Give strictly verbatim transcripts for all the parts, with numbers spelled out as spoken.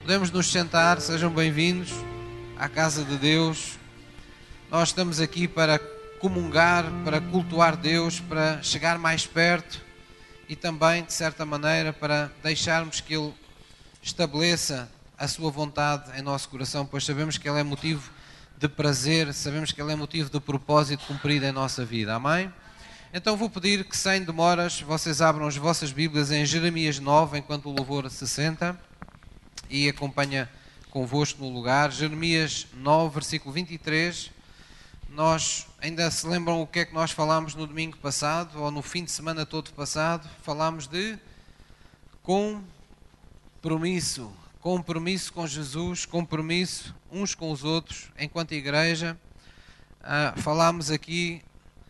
Podemos nos sentar, sejam bem-vindos à casa de Deus. Nós estamos aqui para comungar, para cultuar Deus, para chegar mais perto e também, de certa maneira, para deixarmos que Ele estabeleça a sua vontade em nosso coração, pois sabemos que Ele é motivo de prazer, sabemos que Ele é motivo de propósito cumprido em nossa vida. Amém? Então vou pedir que, sem demoras, vocês abram as vossas Bíblias em Jeremias nove, enquanto o louvor se senta e acompanha convosco no lugar. Jeremias nove, versículo vinte e três. Nós ainda se lembram o que é que nós falámos no domingo passado, ou no fim de semana todo passado? Falámos de compromisso, compromisso com Jesus, compromisso uns com os outros, enquanto igreja. Ah, falámos aqui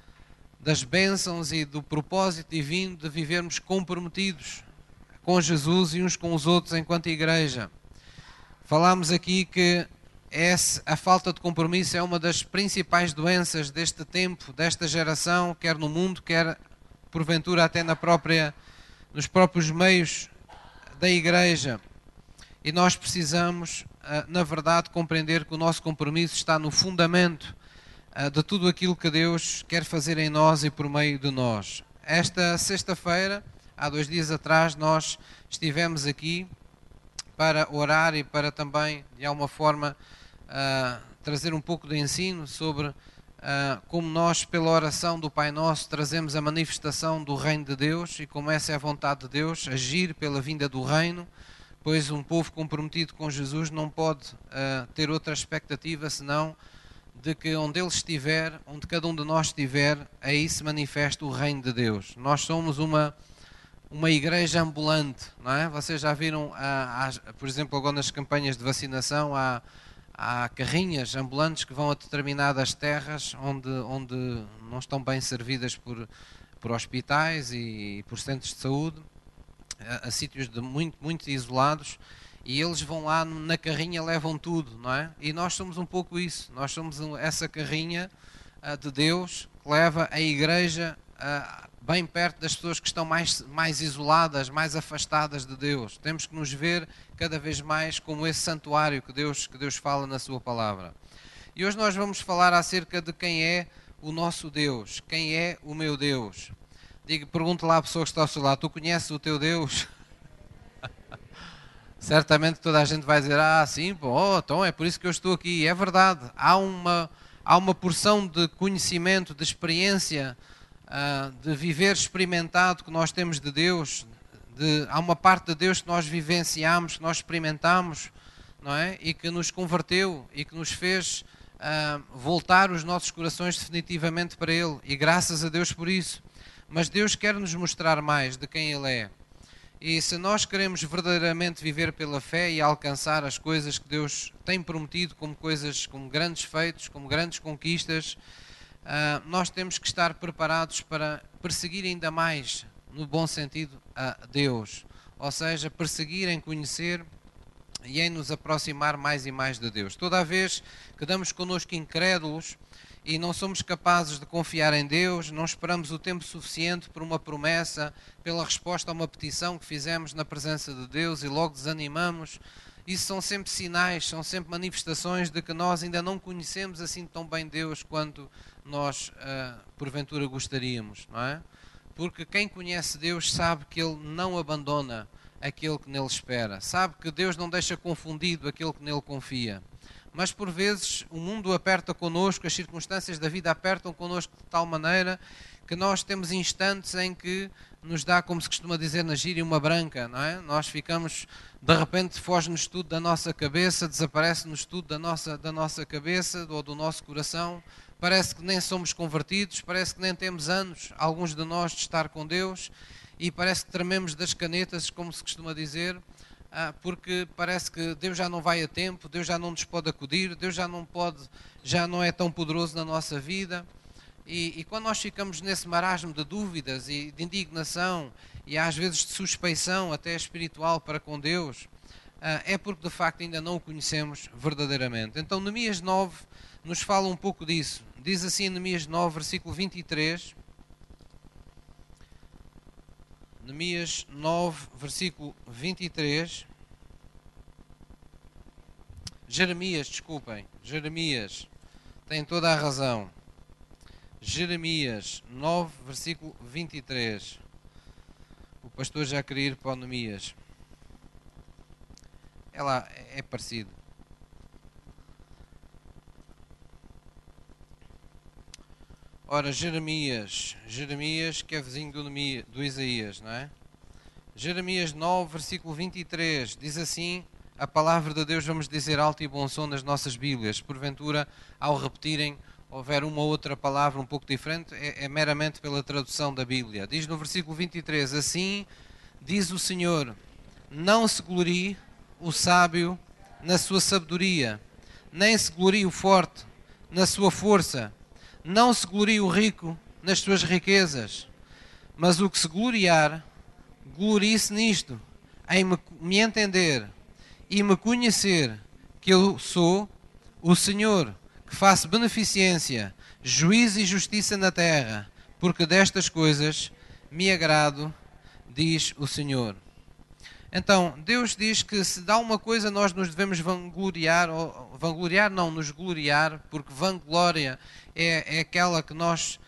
das bênçãos e do propósito divino de vivermos comprometidos com Jesus e uns com os outros enquanto igreja. Falámos aqui que essa, a falta de compromisso é uma das principais doenças deste tempo, desta geração, quer no mundo, quer porventura até na própria, nos próprios meios da igreja. E nós precisamos, na verdade, compreender que o nosso compromisso está no fundamento de tudo aquilo que Deus quer fazer em nós e por meio de nós. Esta sexta-feira, há dois dias atrás, nós estivemos aqui para orar e para também, de alguma forma, uh, trazer um pouco de ensino sobre uh, como nós, pela oração do Pai Nosso, trazemos a manifestação do Reino de Deus e como essa é a vontade de Deus, agir pela vinda do Reino, pois um povo comprometido com Jesus não pode uh, ter outra expectativa senão de que onde Ele estiver, onde cada um de nós estiver, aí se manifesta o Reino de Deus. Nós somos uma... uma igreja ambulante, não é? Vocês já viram, há, há, por exemplo, agora nas campanhas de vacinação, há, há carrinhas ambulantes que vão a determinadas terras onde, onde não estão bem servidas por, por hospitais e por centros de saúde, a, a sítios de muito, muito isolados, e eles vão lá na carrinha, levam tudo, não é? E nós somos um pouco isso, nós somos essa carrinha uh, de Deus que leva a igreja a uh, bem perto das pessoas que estão mais, mais isoladas, mais afastadas de Deus. Temos que nos ver cada vez mais como esse santuário que Deus, que Deus fala na sua palavra. E hoje nós vamos falar acerca de quem é o nosso Deus, quem é o meu Deus. Diga, pergunte lá à pessoa que está ao seu lado, tu conheces o teu Deus? Certamente toda a gente vai dizer, ah sim, pô, oh, então é por isso que eu estou aqui. E é verdade, há uma, há uma porção de conhecimento, de experiência, Uh, de viver experimentado que nós temos de Deus, de, há uma parte de Deus que nós vivenciamos, que nós experimentamos, não é? E que nos converteu e que nos fez uh, voltar os nossos corações definitivamente para Ele, e graças a Deus por isso. Mas Deus quer nos mostrar mais de quem Ele é, e se nós queremos verdadeiramente viver pela fé e alcançar as coisas que Deus tem prometido como coisas, como grandes feitos, como grandes conquistas, Uh, nós temos que estar preparados para perseguir ainda mais, no bom sentido, a Deus. Ou seja, perseguir em conhecer e em nos aproximar mais e mais de Deus. Toda a vez que damos connosco incrédulos e não somos capazes de confiar em Deus, não esperamos o tempo suficiente por uma promessa, pela resposta a uma petição que fizemos na presença de Deus e logo desanimamos. Isso são sempre sinais, são sempre manifestações de que nós ainda não conhecemos assim tão bem Deus quanto nós, uh, porventura, gostaríamos, não é? Porque quem conhece Deus sabe que Ele não abandona aquele que nele espera. Sabe que Deus não deixa confundido aquele que nele confia. Mas, por vezes, o mundo aperta connosco, as circunstâncias da vida apertam connosco de tal maneira que nós temos instantes em que nos dá, como se costuma dizer na gíria, uma branca, não é? Nós ficamos, de repente, foge-nos tudo da nossa cabeça, desaparece-nos tudo da nossa, da nossa cabeça ou do nosso coração. Parece que nem somos convertidos, parece que nem temos anos, alguns de nós, de estar com Deus, e parece que trememos das canetas, como se costuma dizer, porque parece que Deus já não vai a tempo, Deus já não nos pode acudir, Deus já não pode, já não é tão poderoso na nossa vida. E, e quando nós ficamos nesse marasmo de dúvidas e de indignação e às vezes de suspeição até espiritual para com Deus, é porque de facto ainda não o conhecemos verdadeiramente. Então Neemias nove nos fala um pouco disso. Diz assim em Neemias nove, versículo vinte e três. Neemias nove, versículo vinte e três. Jeremias, desculpem, Jeremias, tem toda a razão. Jeremias nove, versículo vinte e três. O pastor já queria ir para o Neemias. É lá, é parecido. Ora, Jeremias, Jeremias que é vizinho do, Neemias, do Isaías, não é? Jeremias nove, versículo vinte e três, diz assim a palavra de Deus, vamos dizer alto e bom som nas nossas Bíblias. Porventura, ao repetirem, houver uma outra palavra um pouco diferente, é, é meramente pela tradução da Bíblia. Diz no versículo vinte e três, assim diz o Senhor, não se glorie o sábio na sua sabedoria, nem se glorie o forte na sua força, não se glorie o rico nas suas riquezas, mas o que se gloriar, glorie-se nisto, em me, me entender e me conhecer que eu sou o Senhor, que faço beneficência, juízo e justiça na terra, porque destas coisas me agrado, diz o Senhor. Então, Deus diz que se dá uma coisa nós nos devemos vangloriar, ou vangloriar não, nos gloriar, porque vanglória é, é aquela que nós,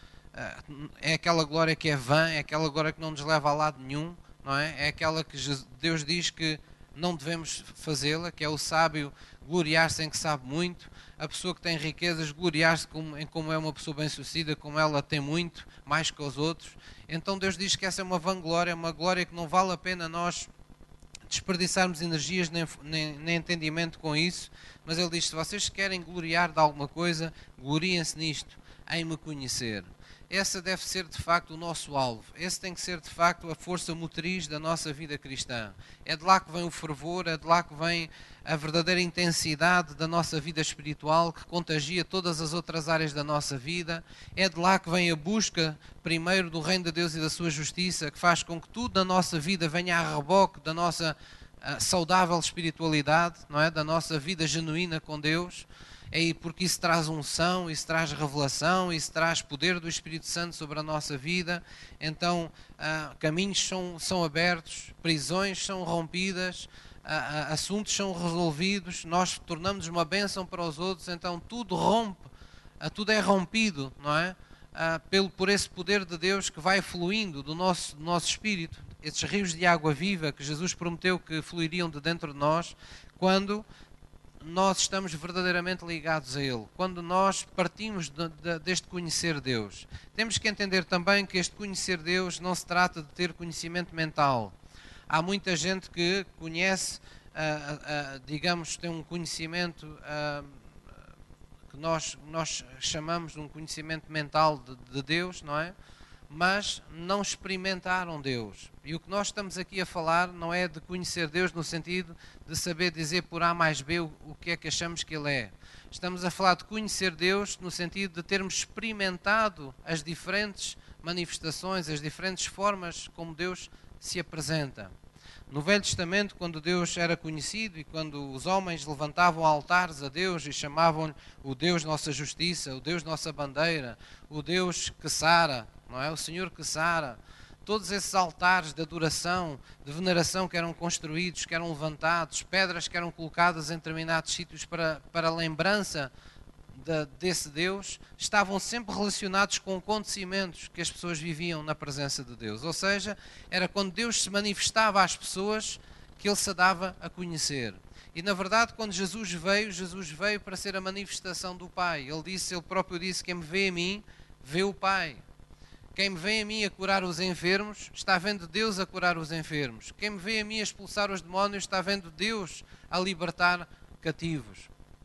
é aquela glória que é vã, é aquela glória que não nos leva a lado nenhum, não é? É aquela que Deus diz que não devemos fazê-la, que é o sábio gloriar-se em que sabe muito, a pessoa que tem riquezas gloriar-se em como é uma pessoa bem-sucedida, como ela tem muito, mais que os outros. Então Deus diz que essa é uma vanglória, uma glória que não vale a pena nós desperdiçarmos energias nem, nem, nem entendimento com isso, mas Ele diz, se vocês querem gloriar de alguma coisa, gloriem-se nisto, em me conhecer. Essa deve ser de facto o nosso alvo, esse tem que ser de facto a força motriz da nossa vida cristã. É de lá que vem o fervor, é de lá que vem a verdadeira intensidade da nossa vida espiritual, que contagia todas as outras áreas da nossa vida. É de lá que vem a busca primeiro do reino de Deus e da sua justiça, que faz com que tudo na nossa vida venha a reboque da nossa uh, saudável espiritualidade, não é? Da nossa vida genuína com Deus. É porque isso traz unção, isso traz revelação, isso traz poder do Espírito Santo sobre a nossa vida. Então, uh, caminhos são, são abertos, prisões são rompidas, uh, uh, assuntos são resolvidos, nós tornamos uma bênção para os outros, então tudo rompe, uh, tudo é rompido, não é? Uh, pelo, por esse poder de Deus que vai fluindo do nosso, do nosso espírito, esses rios de água viva que Jesus prometeu que fluiriam de dentro de nós, quando nós estamos verdadeiramente ligados a Ele, quando nós partimos de, de, deste conhecer Deus. Temos que entender também que este conhecer Deus não se trata de ter conhecimento mental. Há muita gente que conhece, uh, uh, digamos, tem um conhecimento uh, que nós, nós chamamos de um conhecimento mental de, de Deus, não é? Mas não experimentaram Deus. E o que nós estamos aqui a falar não é de conhecer Deus no sentido de saber dizer por A mais B o, o que é que achamos que Ele é. Estamos a falar de conhecer Deus no sentido de termos experimentado as diferentes manifestações, as diferentes formas como Deus se apresenta. No Velho Testamento, quando Deus era conhecido e quando os homens levantavam altares a Deus e chamavam-lhe o Deus nossa justiça, o Deus nossa bandeira, o Deus que sara, não é? O Senhor que sara, todos esses altares de adoração, de veneração que eram construídos, que eram levantados, pedras que eram colocadas em determinados sítios para, para lembrança de, desse Deus, estavam sempre relacionados com acontecimentos que as pessoas viviam na presença de Deus. Ou seja, era quando Deus se manifestava às pessoas que Ele se dava a conhecer. E na verdade, quando Jesus veio, Jesus veio para ser a manifestação do Pai. Ele disse, Ele próprio disse, quem me vê a mim, vê o Pai. Quem me vê a mim a curar os enfermos, está vendo Deus a curar os enfermos. Quem me vê a mim a expulsar os demónios, está vendo Deus a libertar cativos.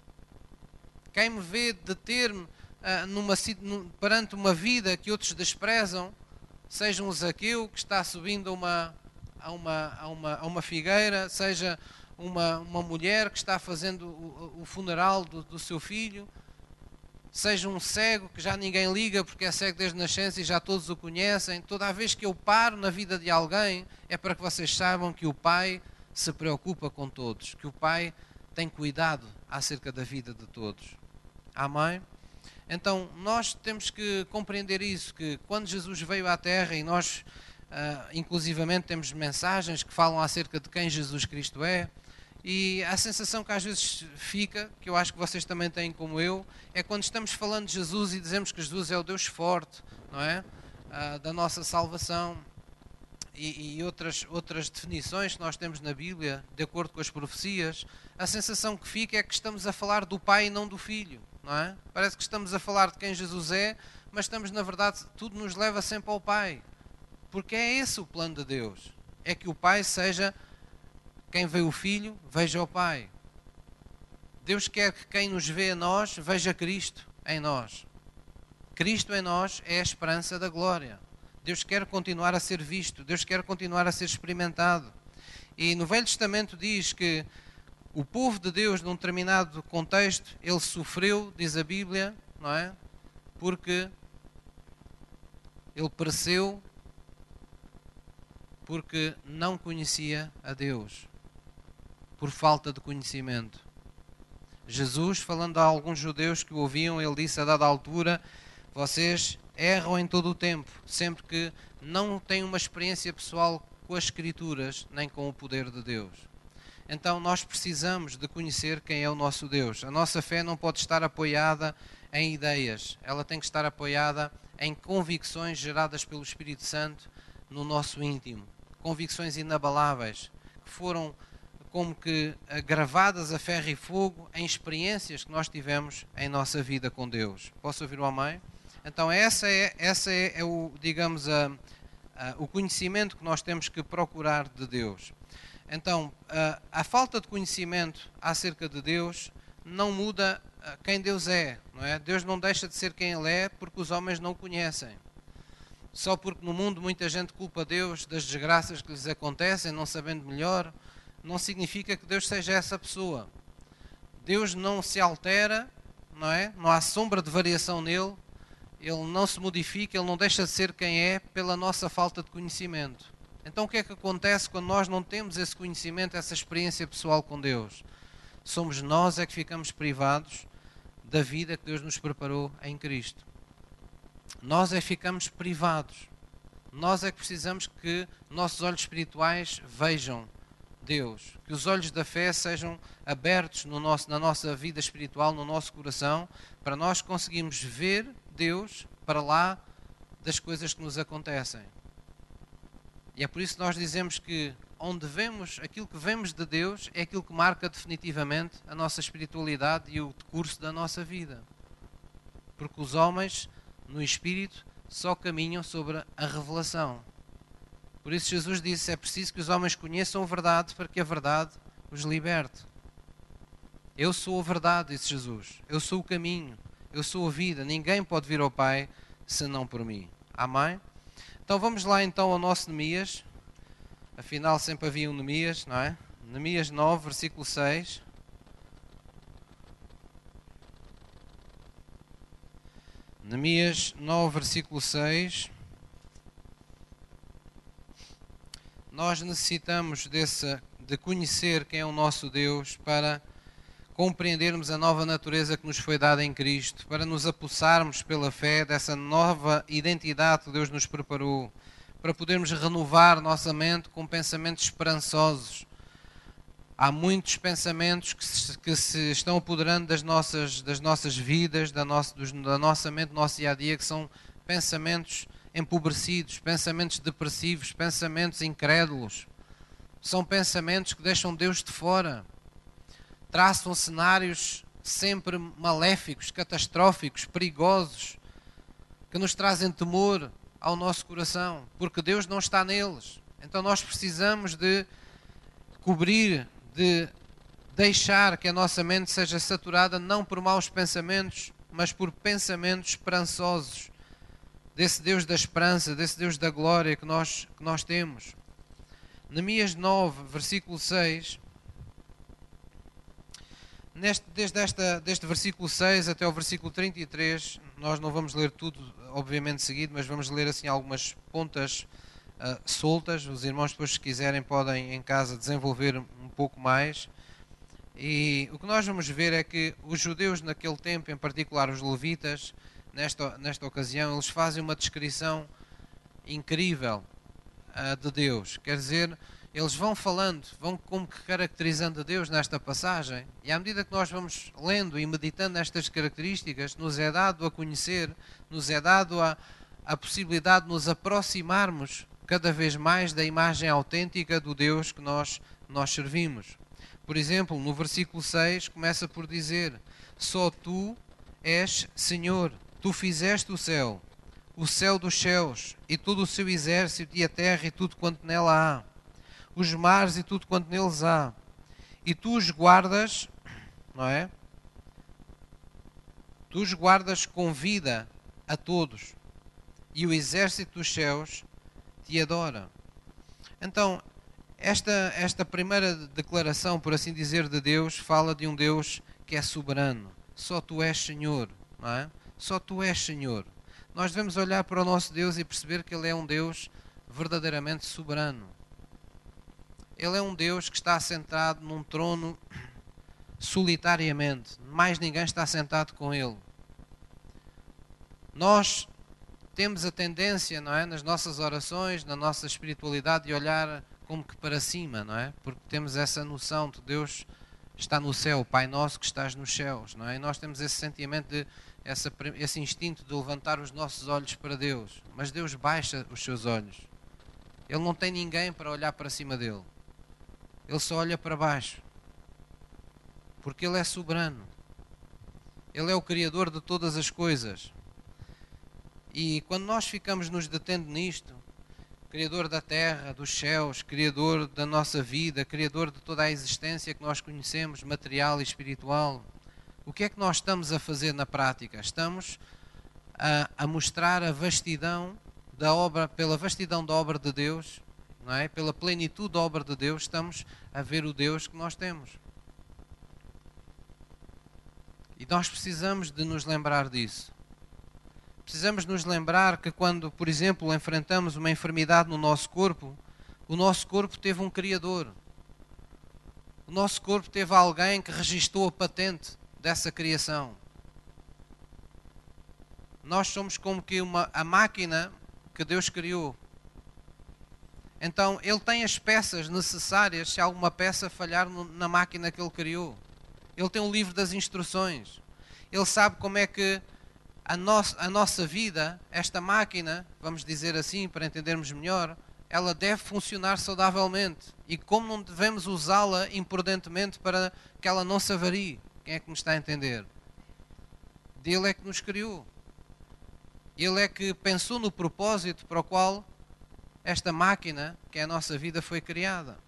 Quem me vê deter-me uh, numa, num, perante uma vida que outros desprezam, seja um Zaqueu que está subindo a uma, a uma, a uma, a uma figueira, seja uma, uma mulher que está fazendo o, o funeral do, do seu filho, seja um cego que já ninguém liga porque é cego desde a nascença e já todos o conhecem. Toda a vez que eu paro na vida de alguém é para que vocês saibam que o Pai se preocupa com todos, que o Pai tem cuidado acerca da vida de todos. Amém? Então nós temos que compreender isso, que quando Jesus veio à Terra e nós uh, inclusivamente temos mensagens que falam acerca de quem Jesus Cristo é, E a sensação que às vezes fica, que eu acho que vocês também têm como eu, é quando estamos falando de Jesus e dizemos que Jesus é o Deus forte, não é? Ah, da nossa salvação e, e outras, outras definições que nós temos na Bíblia, de acordo com as profecias, a sensação que fica é que estamos a falar do Pai e não do Filho, não é? Parece que estamos a falar de quem Jesus é, mas estamos, na verdade, tudo nos leva sempre ao Pai. Porque é esse o plano de Deus. É que o Pai seja... Quem vê o Filho, veja o Pai. Deus quer que quem nos vê a nós, veja Cristo em nós. Cristo em nós é a esperança da glória. Deus quer continuar a ser visto. Deus quer continuar a ser experimentado. E no Velho Testamento diz que o povo de Deus, num determinado contexto, ele sofreu, diz a Bíblia, não é? Porque ele pereceu porque não conhecia a Deus. Por falta de conhecimento. Jesus, falando a alguns judeus que o ouviam, ele disse a dada altura: vocês erram em todo o tempo, sempre que não têm uma experiência pessoal com as Escrituras, nem com o poder de Deus. Então nós precisamos de conhecer quem é o nosso Deus. A nossa fé não pode estar apoiada em ideias, ela tem que estar apoiada em convicções geradas pelo Espírito Santo no nosso íntimo. Convicções inabaláveis, que foram como que gravadas a ferro e fogo em experiências que nós tivemos em nossa vida com Deus. Posso ouvir o amém? Então essa é, essa é, é o, digamos, a, a, o conhecimento que nós temos que procurar de Deus. Então, a, a falta de conhecimento acerca de Deus não muda quem Deus é, não é? Deus não deixa de ser quem Ele é porque os homens não o conhecem. Só porque no mundo muita gente culpa Deus das desgraças que lhes acontecem, não sabendo melhor, não significa que Deus seja essa pessoa. Deus não se altera, não é? Não há sombra de variação nele, ele não se modifica, ele não deixa de ser quem é pela nossa falta de conhecimento. Então o que é que acontece quando nós não temos esse conhecimento, essa experiência pessoal com Deus? Somos nós é que ficamos privados da vida que Deus nos preparou em Cristo. Nós é que ficamos privados. Nós é que precisamos que nossos olhos espirituais vejam Deus, que os olhos da fé sejam abertos no nosso, na nossa vida espiritual, no nosso coração, para nós conseguirmos ver Deus para lá das coisas que nos acontecem. E é por isso que nós dizemos que onde vemos, aquilo que vemos de Deus é aquilo que marca definitivamente a nossa espiritualidade e o decurso da nossa vida. Porque os homens, no Espírito, só caminham sobre a revelação. Por isso Jesus disse, é preciso que os homens conheçam a verdade para que a verdade os liberte. Eu sou a verdade, disse Jesus. Eu sou o caminho, eu sou a vida. Ninguém pode vir ao Pai senão por mim. Amém? Então vamos lá então ao nosso Neemias. Afinal sempre havia um Neemias, não é? Neemias nove, versículo seis. Neemias nove, versículo seis. Nós necessitamos desse, de conhecer quem é o nosso Deus para compreendermos a nova natureza que nos foi dada em Cristo, para nos apossarmos pela fé dessa nova identidade que Deus nos preparou, para podermos renovar nossa mente com pensamentos esperançosos. Há muitos pensamentos que se, que se estão apoderando das nossas, das nossas vidas, da nossa, dos, da nossa mente, do nosso dia-a-dia, que são pensamentos empobrecidos, pensamentos depressivos, pensamentos incrédulos. São pensamentos que deixam Deus de fora. Traçam cenários sempre maléficos, catastróficos, perigosos, que nos trazem temor ao nosso coração, porque Deus não está neles. Então nós precisamos de cobrir, de deixar que a nossa mente seja saturada não por maus pensamentos, mas por pensamentos esperançosos, desse Deus da esperança, desse Deus da glória que nós, que nós temos. Neemias nove, versículo seis, neste, desde, esta, desde o versículo seis até o versículo trinta e três, nós não vamos ler tudo, obviamente, seguido, mas vamos ler assim algumas pontas uh, soltas. Os irmãos depois, se quiserem, podem em casa desenvolver um pouco mais. E o que nós vamos ver é que os judeus naquele tempo, em particular os levitas, Nesta, nesta ocasião, eles fazem uma descrição incrível uh, de Deus. Quer dizer, eles vão falando, vão como que caracterizando a Deus nesta passagem, e à medida que nós vamos lendo e meditando nestas características, nos é dado a conhecer, nos é dado a, a possibilidade de nos aproximarmos cada vez mais da imagem autêntica do Deus que nós, nós servimos. Por exemplo, no versículo seis começa por dizer: só tu és Senhor, tu fizeste o céu, o céu dos céus, e todo o seu exército, e a terra e tudo quanto nela há, os mares e tudo quanto neles há, e tu os guardas, não é? Tu os guardas com vida a todos, e o exército dos céus te adora. Então, esta, esta primeira declaração, por assim dizer, de Deus, fala de um Deus que é soberano. Só tu és Senhor, não é? Só tu és Senhor. Nós devemos olhar para o nosso Deus e perceber que Ele é um Deus verdadeiramente soberano. Ele é um Deus que está assentado num trono solitariamente. Mais ninguém está sentado com Ele. Nós temos a tendência, não é, nas nossas orações, na nossa espiritualidade, de olhar como que para cima, não é? Porque temos essa noção de Deus está no céu, Pai nosso que estás nos céus, não é? E nós temos esse sentimento, de, essa, esse instinto de levantar os nossos olhos para Deus. Mas Deus baixa os seus olhos. Ele não tem ninguém para olhar para cima dele. Ele só olha para baixo. Porque Ele é soberano. Ele é o Criador de todas as coisas. E quando nós ficamos nos detendo nisto, Criador da terra, dos céus, Criador da nossa vida, Criador de toda a existência que nós conhecemos, material e espiritual, o que é que nós estamos a fazer na prática? Estamos a, a mostrar a vastidão da obra, pela vastidão da obra de Deus, não é? Pela plenitude da obra de Deus, estamos a ver o Deus que nós temos. E nós precisamos de nos lembrar disso. Precisamos nos lembrar que quando, por exemplo, enfrentamos uma enfermidade no nosso corpo, o nosso corpo teve um Criador. O nosso corpo teve alguém que registou a patente dessa criação. Nós somos como que uma, a máquina que Deus criou. Então, Ele tem as peças necessárias se alguma peça falhar no, na máquina que Ele criou. Ele tem um livro das instruções. Ele sabe como é que a, nossa, a nossa vida, esta máquina, vamos dizer assim, para entendermos melhor, ela deve funcionar saudavelmente. E como não devemos usá-la imprudentemente para que ela não se avarie. Quem é que me está a entender? Ele é que nos criou. Ele é que pensou no propósito para o qual esta máquina, que é a nossa vida, foi criada.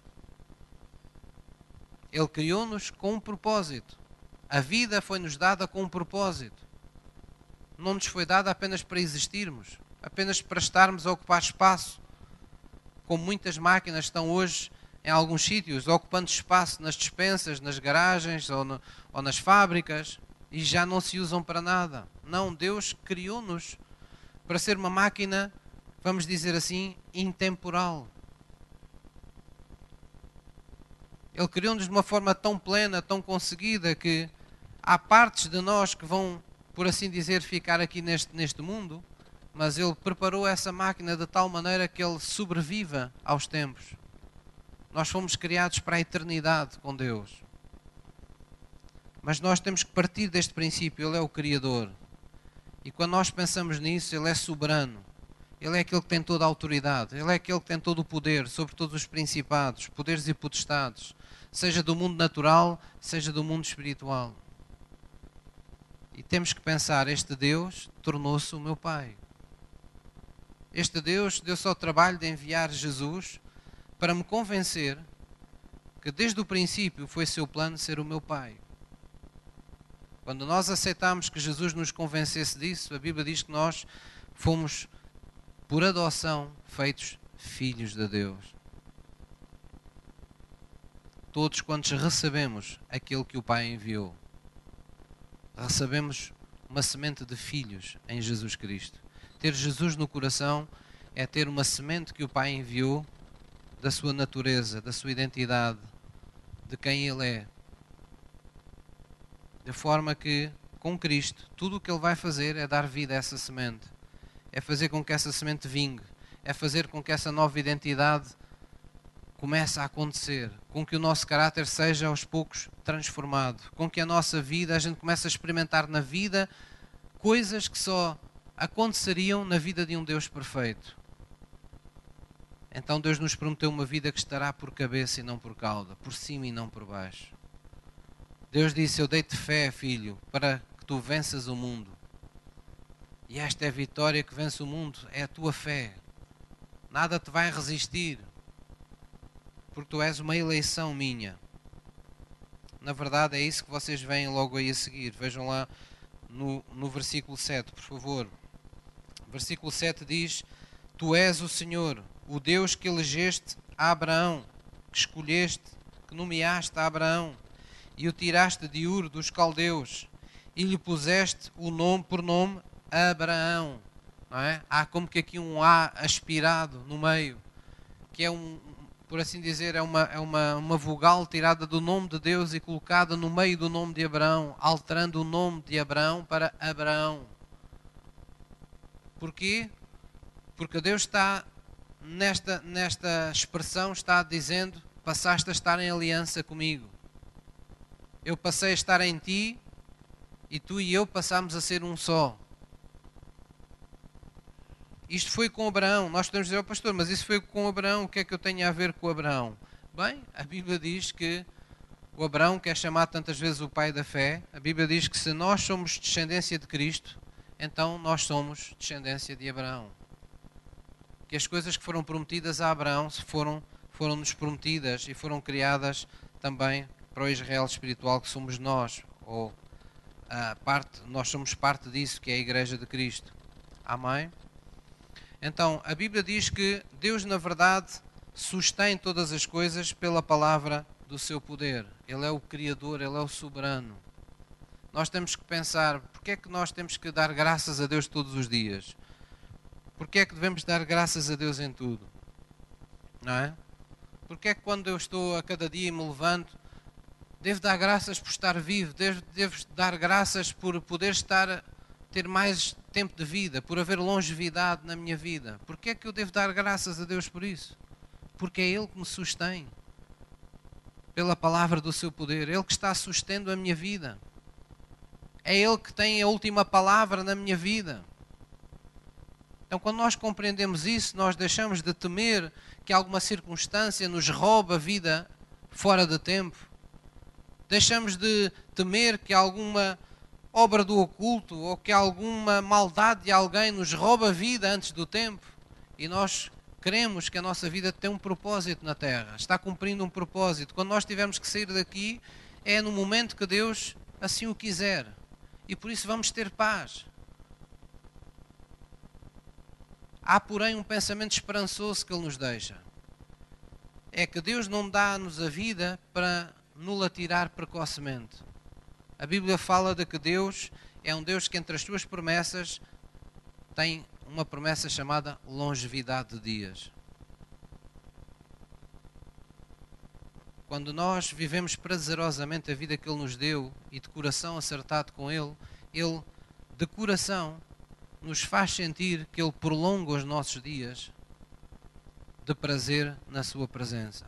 Ele criou-nos com um propósito. A vida foi-nos dada com um propósito. Não nos foi dada apenas para existirmos, apenas para estarmos a ocupar espaço, como muitas máquinas estão hoje em alguns sítios, ocupando espaço nas despensas, nas garagens ou, no, ou nas fábricas, e já não se usam para nada. Não, Deus criou-nos para ser uma máquina, vamos dizer assim, intemporal. Ele criou-nos de uma forma tão plena, tão conseguida, que há partes de nós que vão, por assim dizer, ficar aqui neste, neste mundo, mas Ele preparou essa máquina de tal maneira que Ele sobreviva aos tempos. Nós fomos criados para a eternidade com Deus. Mas nós temos que partir deste princípio. Ele é o Criador. E quando nós pensamos nisso, Ele é soberano. Ele é aquele que tem toda a autoridade. Ele é aquele que tem todo o poder sobre todos os principados, poderes e potestades, seja do mundo natural, seja do mundo espiritual. E temos que pensar, este Deus tornou-se o meu Pai. Este Deus deu-se ao trabalho de enviar Jesus para me convencer que desde o princípio foi seu plano ser o meu Pai. Quando nós aceitamos que Jesus nos convencesse disso, a Bíblia diz que nós fomos, por adoção, feitos filhos de Deus. Todos quantos recebemos aquele que o Pai enviou, recebemos uma semente de filhos em Jesus Cristo. Ter Jesus no coração é ter uma semente que o Pai enviou da sua natureza, da sua identidade, de quem Ele é. De forma que, com Cristo, tudo o que Ele vai fazer é dar vida a essa semente. É fazer com que essa semente vingue. É fazer com que essa nova identidade comece a acontecer, com que o nosso caráter seja aos poucos transformado, com que a nossa vida, a gente comece a experimentar na vida coisas que só aconteceriam na vida de um Deus perfeito. Então Deus nos prometeu uma vida que estará por cabeça e não por cauda, por cima e não por baixo. Deus disse: eu dei-te fé, filho, para que tu venças o mundo. E esta é a vitória que vence o mundo, é a tua fé. Nada te vai resistir, porque tu és uma eleição minha. Na verdade é isso que vocês veem logo aí a seguir. Vejam lá no, no versículo sete, por favor. Versículo sete diz: tu és o Senhor, o Deus que elegeste a Abraão, que escolheste, que nomeaste a Abraão, e o tiraste de Ur dos caldeus, e lhe puseste o nome por nome Abraão. Não é? Há como que aqui um A aspirado no meio, que é um, por assim dizer, é uma, é uma, uma vogal tirada do nome de Deus e colocada no meio do nome de Abraão, alterando o nome de Abraão para Abraão. Porquê? Porque Deus está, nesta, nesta expressão, está dizendo: passaste a estar em aliança comigo. Eu passei a estar em ti e tu e eu passámos a ser um só. Isto foi com Abraão. Nós podemos dizer: oh, pastor, mas isso foi com Abraão, o que é que eu tenho a ver com Abraão? Bem, a Bíblia diz que o Abraão, que é chamado tantas vezes o pai da fé, a Bíblia diz que se nós somos descendência de Cristo, então nós somos descendência de Abraão. Que as coisas que foram prometidas a Abraão foram, foram-nos prometidas e foram criadas também para o Israel espiritual que somos nós, ou a parte, nós somos parte disso, que é a Igreja de Cristo. Amém? Então, a Bíblia diz que Deus, na verdade, sustém todas as coisas pela palavra do seu poder. Ele é o Criador, Ele é o soberano. Nós temos que pensar: porque é que nós temos que dar graças a Deus todos os dias? Porque é que devemos dar graças a Deus em tudo? Não é? Porque é que quando eu estou a cada dia e me levanto, devo dar graças por estar vivo, devo, devo dar graças por poder estar, ter mais tempo de vida, por haver longevidade na minha vida? Porque é que eu devo dar graças a Deus por isso? Porque é Ele que me sustém, pela palavra do seu poder. Ele que está sustendo a minha vida. É Ele que tem a última palavra na minha vida. Então, quando nós compreendemos isso, nós deixamos de temer que alguma circunstância nos roube a vida fora de tempo. Deixamos de temer que alguma obra do oculto ou que alguma maldade de alguém nos roube a vida antes do tempo. E nós queremos que a nossa vida tem um propósito na Terra, está cumprindo um propósito. Quando nós tivermos que sair daqui, é no momento que Deus assim o quiser. E por isso vamos ter paz. Há, porém, um pensamento esperançoso que Ele nos deixa. É que Deus não dá-nos a vida para nos tirar precocemente. A Bíblia fala de que Deus é um Deus que, entre as suas promessas, tem uma promessa chamada longevidade de dias. Quando nós vivemos prazerosamente a vida que Ele nos deu e de coração acertado com Ele, Ele, de coração, nos faz sentir que Ele prolonga os nossos dias de prazer na sua presença.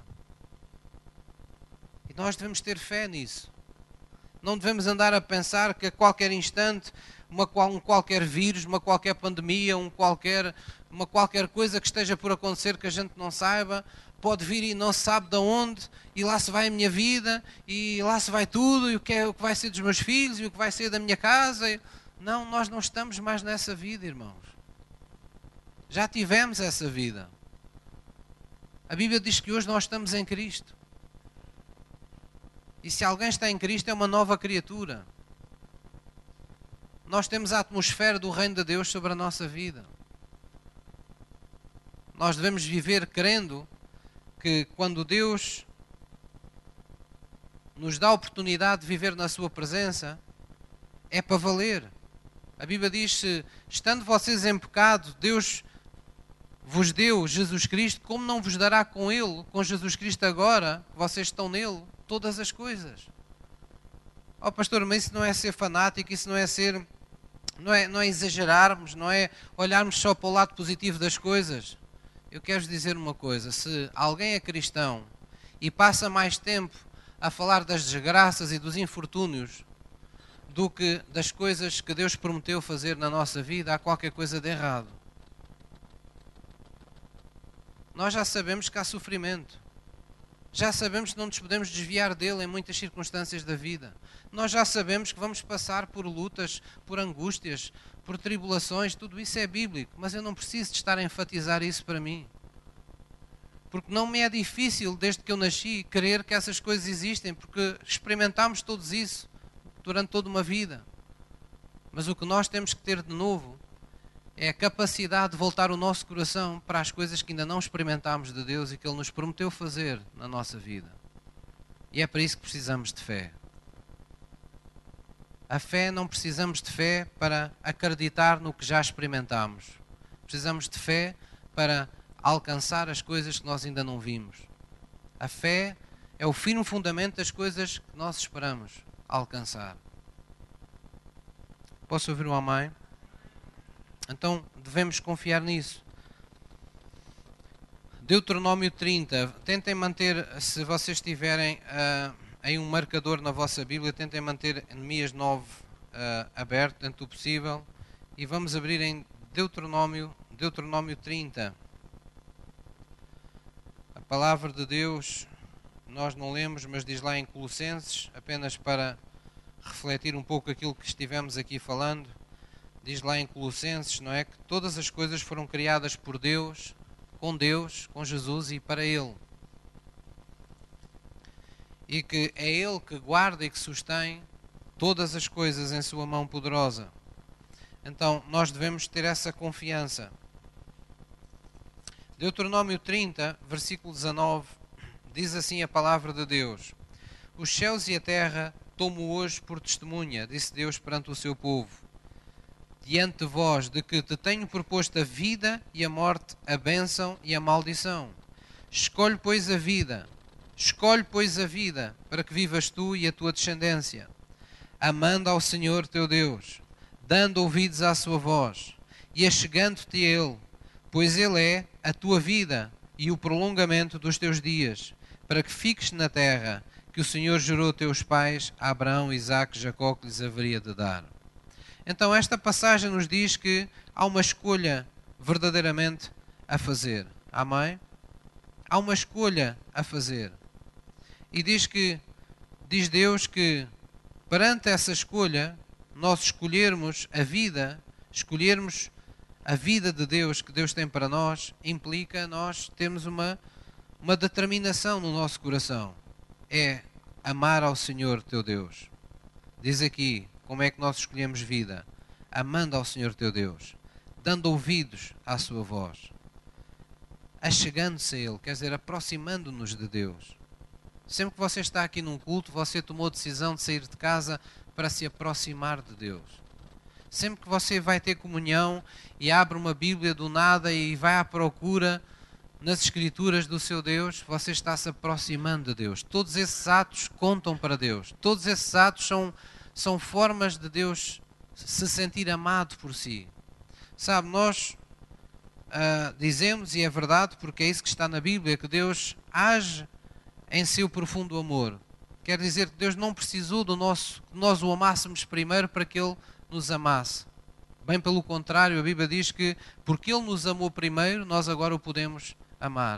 E nós devemos ter fé nisso. Não devemos andar a pensar que a qualquer instante, uma, um qualquer vírus, uma qualquer pandemia, um qualquer, uma qualquer coisa que esteja por acontecer que a gente não saiba, pode vir e não se sabe de onde, e lá se vai a minha vida, e lá se vai tudo, e o que, é, o que vai ser dos meus filhos, e o que vai ser da minha casa. E... Não, nós não estamos mais nessa vida, irmãos. Já tivemos essa vida. A Bíblia diz que hoje nós estamos em Cristo. E se alguém está em Cristo, é uma nova criatura. Nós temos a atmosfera do reino de Deus sobre a nossa vida. Nós devemos viver crendo que quando Deus nos dá a oportunidade de viver na sua presença, é para valer. A Bíblia diz: se, estando vocês em pecado, Deus vos deu Jesus Cristo, como não vos dará com Ele, com Jesus Cristo agora, que vocês estão nele, todas as coisas? Oh pastor, mas isso não é ser fanático, isso não é ser, não é, não é exagerarmos, não é olharmos só para o lado positivo das coisas. eu quero dizer uma coisa, se alguém é cristão e passa mais tempo a falar das desgraças e dos infortúnios do que das coisas que Deus prometeu fazer na nossa vida, há qualquer coisa de errado. Nós já sabemos que há sofrimento. Já sabemos que não nos podemos desviar dele em muitas circunstâncias da vida. Nós já sabemos que vamos passar por lutas, por angústias, por tribulações, tudo isso é bíblico, mas eu não preciso de estar a enfatizar isso para mim. Porque não me é difícil, desde que eu nasci, crer que essas coisas existem, porque experimentámos todos isso durante toda uma vida. Mas o que nós temos que ter de novo é a capacidade de voltar o nosso coração para as coisas que ainda não experimentámos de Deus e que Ele nos prometeu fazer na nossa vida. E é para isso que precisamos de fé. A fé, não precisamos de fé para acreditar no que já experimentamos. Precisamos de fé para alcançar as coisas que nós ainda não vimos. A fé é o firme fundamento das coisas que nós esperamos alcançar. Posso ouvir um amém? Então devemos confiar nisso. Deuteronômio trinta. Tentem manter, se vocês tiverem uh, aí um marcador na vossa Bíblia, tentem manter Neemias nove uh, aberto dentro do possível. E vamos abrir em Deuteronômio, Deuteronômio trinta. A palavra de Deus, nós não lemos, mas diz lá em Colossenses, apenas para refletir um pouco aquilo que estivemos aqui falando. Diz lá em Colossenses, não é? Que todas as coisas foram criadas por Deus, com Deus, com Jesus e para Ele. E que é Ele que guarda e que sustém todas as coisas em sua mão poderosa. Então, nós devemos ter essa confiança. Deuteronômio trinta, versículo dezanove, diz assim a palavra de Deus: Os céus e a terra tomo hoje por testemunha, disse Deus perante o seu povo, diante de vós, de que te tenho proposto a vida e a morte, a bênção e a maldição. Escolhe, pois, a vida, escolhe, pois, a vida, para que vivas tu e a tua descendência, amando ao Senhor teu Deus, dando ouvidos à sua voz, e achegando-te a Ele, pois Ele é a tua vida e o prolongamento dos teus dias, para que fiques na terra que o Senhor jurou a teus pais, a Abraão, Isaque e Jacó, que lhes haveria de dar. Então esta passagem nos diz que há uma escolha verdadeiramente a fazer. Amém? Há uma escolha a fazer. E diz que, diz Deus que perante essa escolha, nós escolhermos a vida, escolhermos a vida de Deus que Deus tem para nós, implica nós termos uma, uma determinação no nosso coração. É amar ao Senhor teu Deus. Diz aqui, como é que nós escolhemos vida? Amando ao Senhor teu Deus, dando ouvidos à sua voz, achegando-se a Ele, quer dizer, aproximando-nos de Deus. Sempre que você está aqui num culto, você tomou a decisão de sair de casa para se aproximar de Deus. Sempre que você vai ter comunhão e abre uma Bíblia do nada e vai à procura nas Escrituras do seu Deus, você está se aproximando de Deus. Todos esses atos contam para Deus. Todos esses atos são São formas de Deus se sentir amado por si. Sabe, nós uh, dizemos, e é verdade, porque é isso que está na Bíblia, que Deus age em seu profundo amor. Quer dizer que Deus não precisou do nosso, que nós o amássemos primeiro para que Ele nos amasse. Bem pelo contrário, a Bíblia diz que porque Ele nos amou primeiro, nós agora o podemos amar.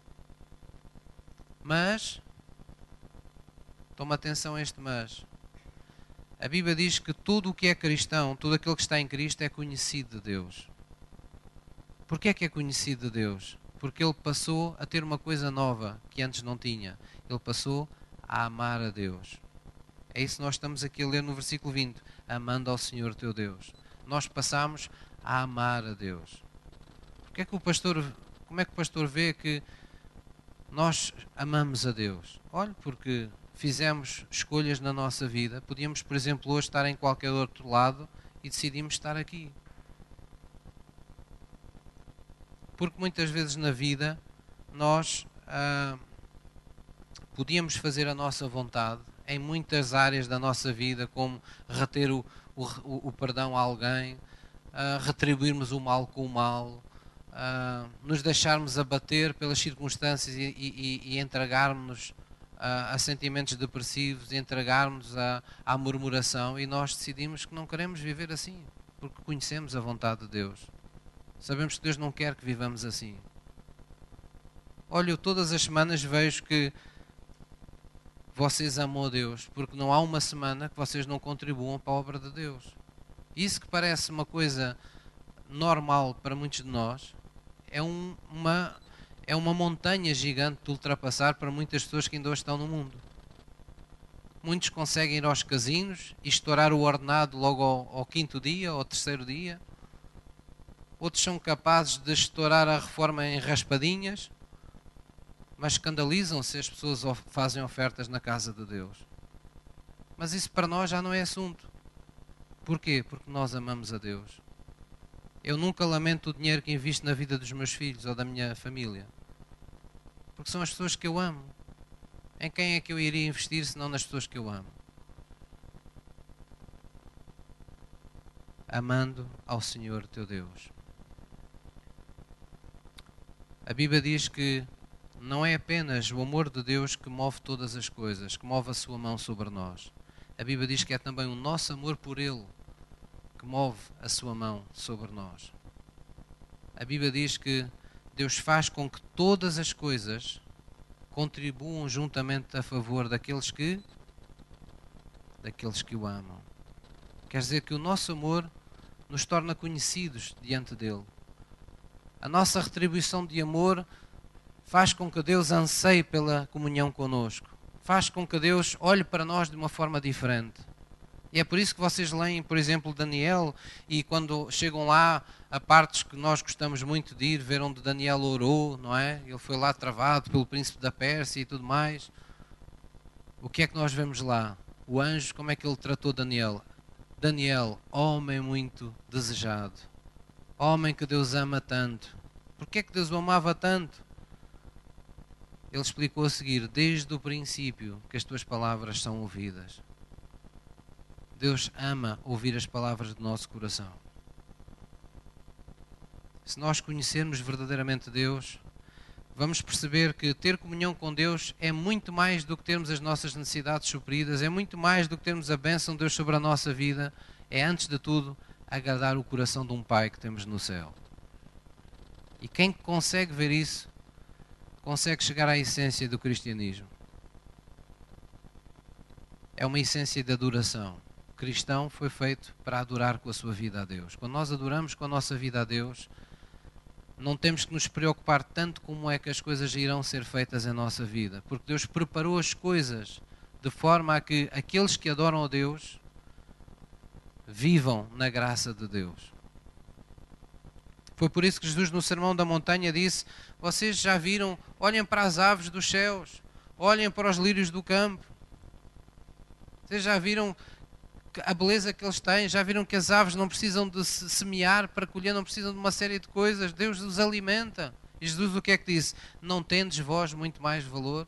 Mas, toma atenção a este mas, a Bíblia diz que tudo o que é cristão, tudo aquilo que está em Cristo é conhecido de Deus. Porquê é que é conhecido de Deus? Porque Ele passou a ter uma coisa nova que antes não tinha. Ele passou a amar a Deus. É isso que nós estamos aqui a ler no versículo vinte. Amando ao Senhor teu Deus. Nós passamos a amar a Deus. Porquê é que o pastor, como é que o pastor vê que nós amamos a Deus? Olha, porque fizemos escolhas na nossa vida. Podíamos, por exemplo, hoje estar em qualquer outro lado e decidimos estar aqui. Porque muitas vezes na vida nós ah, podíamos fazer a nossa vontade em muitas áreas da nossa vida, como reter o, o, o perdão a alguém, ah, retribuirmos o mal com o mal, uh, nos deixarmos abater pelas circunstâncias e, e, e entregarmos-nos a, a sentimentos depressivos, entregarmos a, à murmuração, e nós decidimos que não queremos viver assim, porque conhecemos a vontade de Deus. Sabemos que Deus não quer que vivamos assim. Olha, eu todas as semanas vejo que vocês amam a Deus, porque não há uma semana que vocês não contribuam para a obra de Deus. Isso que parece uma coisa normal para muitos de nós, é, um, uma, é uma montanha gigante de ultrapassar para muitas pessoas que ainda hoje estão no mundo. Muitos conseguem ir aos casinos e estourar o ordenado logo ao, ao quinto dia ou ao terceiro dia. Outros são capazes de estourar a reforma em raspadinhas, mas escandalizam-se se as pessoas fazem ofertas na casa de Deus. Mas isso para nós já não é assunto. Porquê? Porque nós amamos a Deus. Eu nunca lamento o dinheiro que invisto na vida dos meus filhos ou da minha família. Porque são as pessoas que eu amo. Em quem é que eu iria investir se não nas pessoas que eu amo? Amando ao Senhor teu Deus. A Bíblia diz que não é apenas o amor de Deus que move todas as coisas, que move a sua mão sobre nós. A Bíblia diz que é também o nosso amor por Ele que move a sua mão sobre nós. A Bíblia diz que Deus faz com que todas as coisas contribuam juntamente a favor daqueles que daqueles que o amam. Quer dizer que o nosso amor nos torna conhecidos diante dele. A nossa retribuição de amor faz com que Deus anseie pela comunhão conosco. Faz com que Deus olhe para nós de uma forma diferente. E é por isso que vocês leem, por exemplo, Daniel, e quando chegam lá a partes que nós gostamos muito de ir, ver onde Daniel orou, não é? Ele foi lá travado pelo príncipe da Pérsia e tudo mais. O que é que nós vemos lá? O anjo, como é que ele tratou Daniel? Daniel, homem muito desejado. Homem que Deus ama tanto. Porquê é que Deus o amava tanto? Ele explicou a seguir, desde o princípio que as tuas palavras são ouvidas. Deus ama ouvir as palavras do nosso coração. Se nós conhecermos verdadeiramente Deus, vamos perceber que ter comunhão com Deus é muito mais do que termos as nossas necessidades supridas, é muito mais do que termos a bênção de Deus sobre a nossa vida, é antes de tudo agradar o coração de um Pai que temos no céu. E quem consegue ver isso, consegue chegar à essência do cristianismo. É uma essência de adoração. O cristão foi feito para adorar com a sua vida a Deus. Quando nós adoramos com a nossa vida a Deus, não temos que nos preocupar tanto como é que as coisas irão ser feitas em nossa vida, porque Deus preparou as coisas de forma a que aqueles que adoram a Deus vivam na graça de Deus. Foi por isso que Jesus no Sermão da Montanha disse, vocês já viram, olhem para as aves dos céus, olhem para os lírios do campo. Vocês já viram a beleza que eles têm, já viram que as aves não precisam de semear para colher, não precisam de uma série de coisas, Deus os alimenta. E Jesus o que é que disse? Não tendes vós muito mais valor?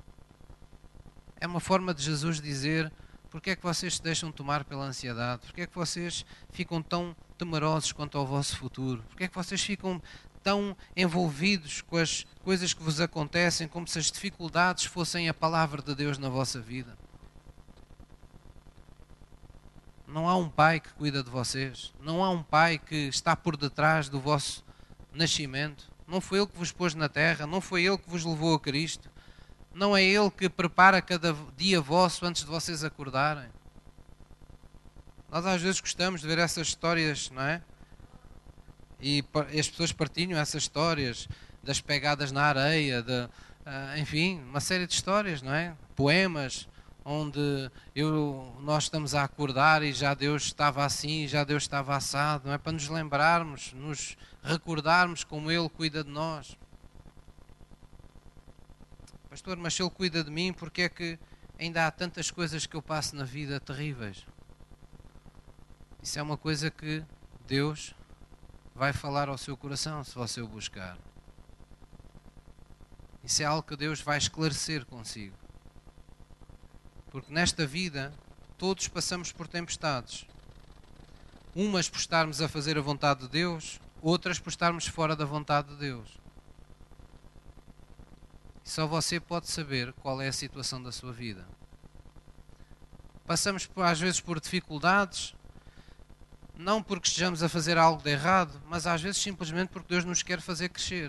É uma forma de Jesus dizer, porque é que vocês se deixam tomar pela ansiedade? Porque é que vocês ficam tão temerosos quanto ao vosso futuro? Porque é que vocês ficam tão envolvidos com as coisas que vos acontecem, como se as dificuldades fossem a palavra de Deus na vossa vida? Não há um pai que cuida de vocês. Não há um pai que está por detrás do vosso nascimento. Não foi ele que vos pôs na terra. Não foi ele que vos levou a Cristo. Não é ele que prepara cada dia vosso antes de vocês acordarem. Nós às vezes gostamos de ver essas histórias, não é? E as pessoas partilham essas histórias das pegadas na areia, de, enfim, uma série de histórias, não é? Poemas onde eu, nós estamos a acordar e já Deus estava assim, já Deus estava assado, não é? Para nos lembrarmos, nos recordarmos como Ele cuida de nós. Pastor, mas se Ele cuida de mim, porque é que ainda há tantas coisas que eu passo na vida terríveis? Isso é uma coisa que Deus vai falar ao seu coração se você o buscar. Isso é algo que Deus vai esclarecer consigo. Porque nesta vida, todos passamos por tempestades. Umas por estarmos a fazer a vontade de Deus, outras por estarmos fora da vontade de Deus. Só você pode saber qual é a situação da sua vida. Passamos às vezes por dificuldades, não porque estejamos a fazer algo de errado, mas às vezes simplesmente porque Deus nos quer fazer crescer.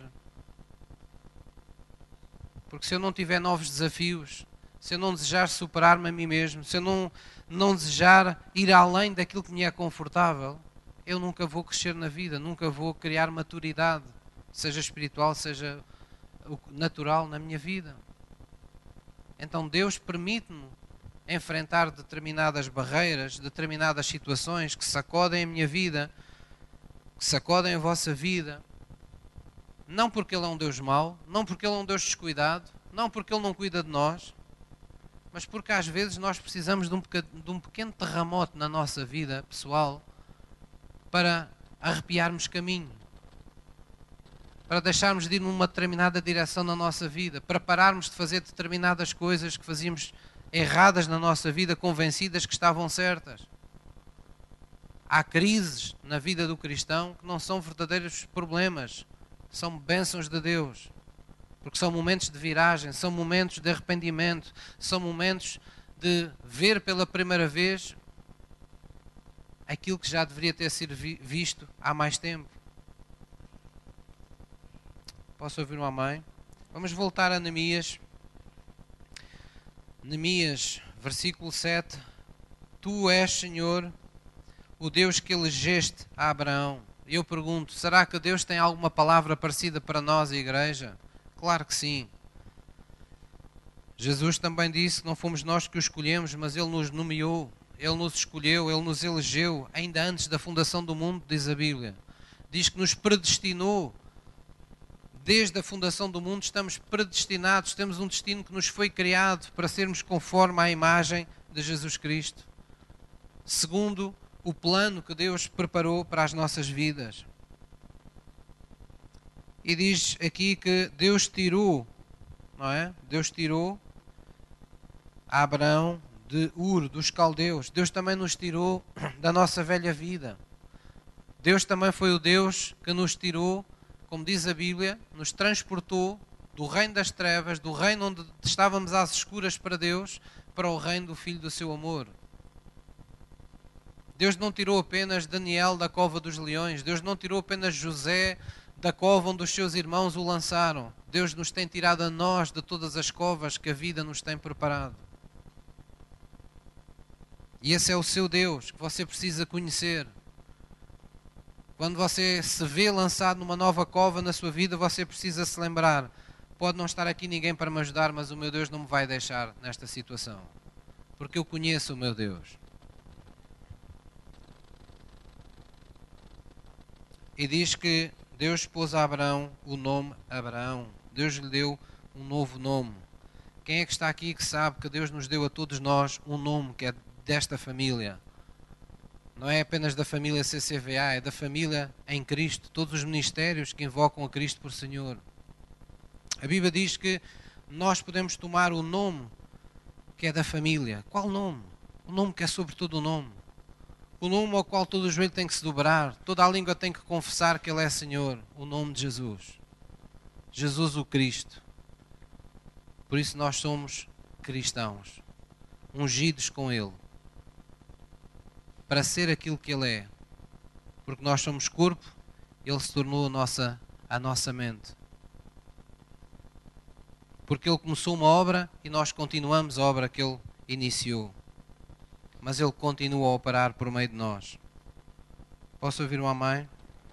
Porque se eu não tiver novos desafios, se eu não desejar superar-me a mim mesmo, se eu não, não desejar ir além daquilo que me é confortável, eu nunca vou crescer na vida, nunca vou criar maturidade, seja espiritual, seja natural na minha vida. Então Deus permite-me enfrentar determinadas barreiras, determinadas situações que sacodem a minha vida, que sacodem a vossa vida, não porque Ele é um Deus mau, não porque Ele é um Deus descuidado, não porque Ele não cuida de nós, mas porque às vezes nós precisamos de um, de um pequeno terremoto na nossa vida pessoal para arrepiarmos caminho, para deixarmos de ir numa determinada direção na nossa vida, para pararmos de fazer determinadas coisas que fazíamos erradas na nossa vida, convencidas que estavam certas. Há crises na vida do cristão que não são verdadeiros problemas, são bênçãos de Deus, porque são momentos de viragem, são momentos de arrependimento, são momentos de ver pela primeira vez aquilo que já deveria ter sido visto há mais tempo. Posso ouvir uma amém? Vamos voltar a Neemias. Neemias, versículo sete. Tu és, Senhor, o Deus que elegeste a Abraão. E eu pergunto, será que Deus tem alguma palavra parecida para nós, a igreja? Claro que sim. Jesus também disse que não fomos nós que o escolhemos, mas Ele nos nomeou, Ele nos escolheu, Ele nos elegeu, ainda antes da fundação do mundo, diz a Bíblia. Diz que nos predestinou. Desde a fundação do mundo estamos predestinados, temos um destino que nos foi criado para sermos conforme à imagem de Jesus Cristo, segundo o plano que Deus preparou para as nossas vidas. E diz aqui que Deus tirou, não é? Deus tirou a Abraão de Ur, dos caldeus. Deus também nos tirou da nossa velha vida. Deus também foi o Deus que nos tirou, como diz a Bíblia, nos transportou do reino das trevas, do reino onde estávamos às escuras para Deus, para o reino do Filho do seu amor. Deus não tirou apenas Daniel da cova dos leões, Deus não tirou apenas José da cova onde os seus irmãos o lançaram. Deus nos tem tirado a nós de todas as covas que a vida nos tem preparado. E esse é o seu Deus que você precisa conhecer. Quando você se vê lançado numa nova cova na sua vida, você precisa se lembrar, pode não estar aqui ninguém para me ajudar, mas o meu Deus não me vai deixar nesta situação, porque eu conheço o meu Deus. E diz que Deus pôs a Abraão o nome Abraão. Deus lhe deu um novo nome. Quem é que está aqui que sabe que Deus nos deu a todos nós um nome que é desta família? Não é apenas da família C C V A, é da família em Cristo. Todos os ministérios que invocam a Cristo por Senhor. A Bíblia diz que nós podemos tomar o nome que é da família. Qual nome? O nome que é sobre todo o nome. O nome ao qual todo o joelho tem que se dobrar, toda a língua tem que confessar que Ele é Senhor, o nome de Jesus. Jesus o Cristo. Por isso nós somos cristãos, ungidos com Ele, para ser aquilo que Ele é. Porque nós somos corpo, Ele se tornou a nossa, a nossa mente. Porque Ele começou uma obra e nós continuamos a obra que Ele iniciou. Mas Ele continua a operar por meio de nós. Posso ouvir uma amém?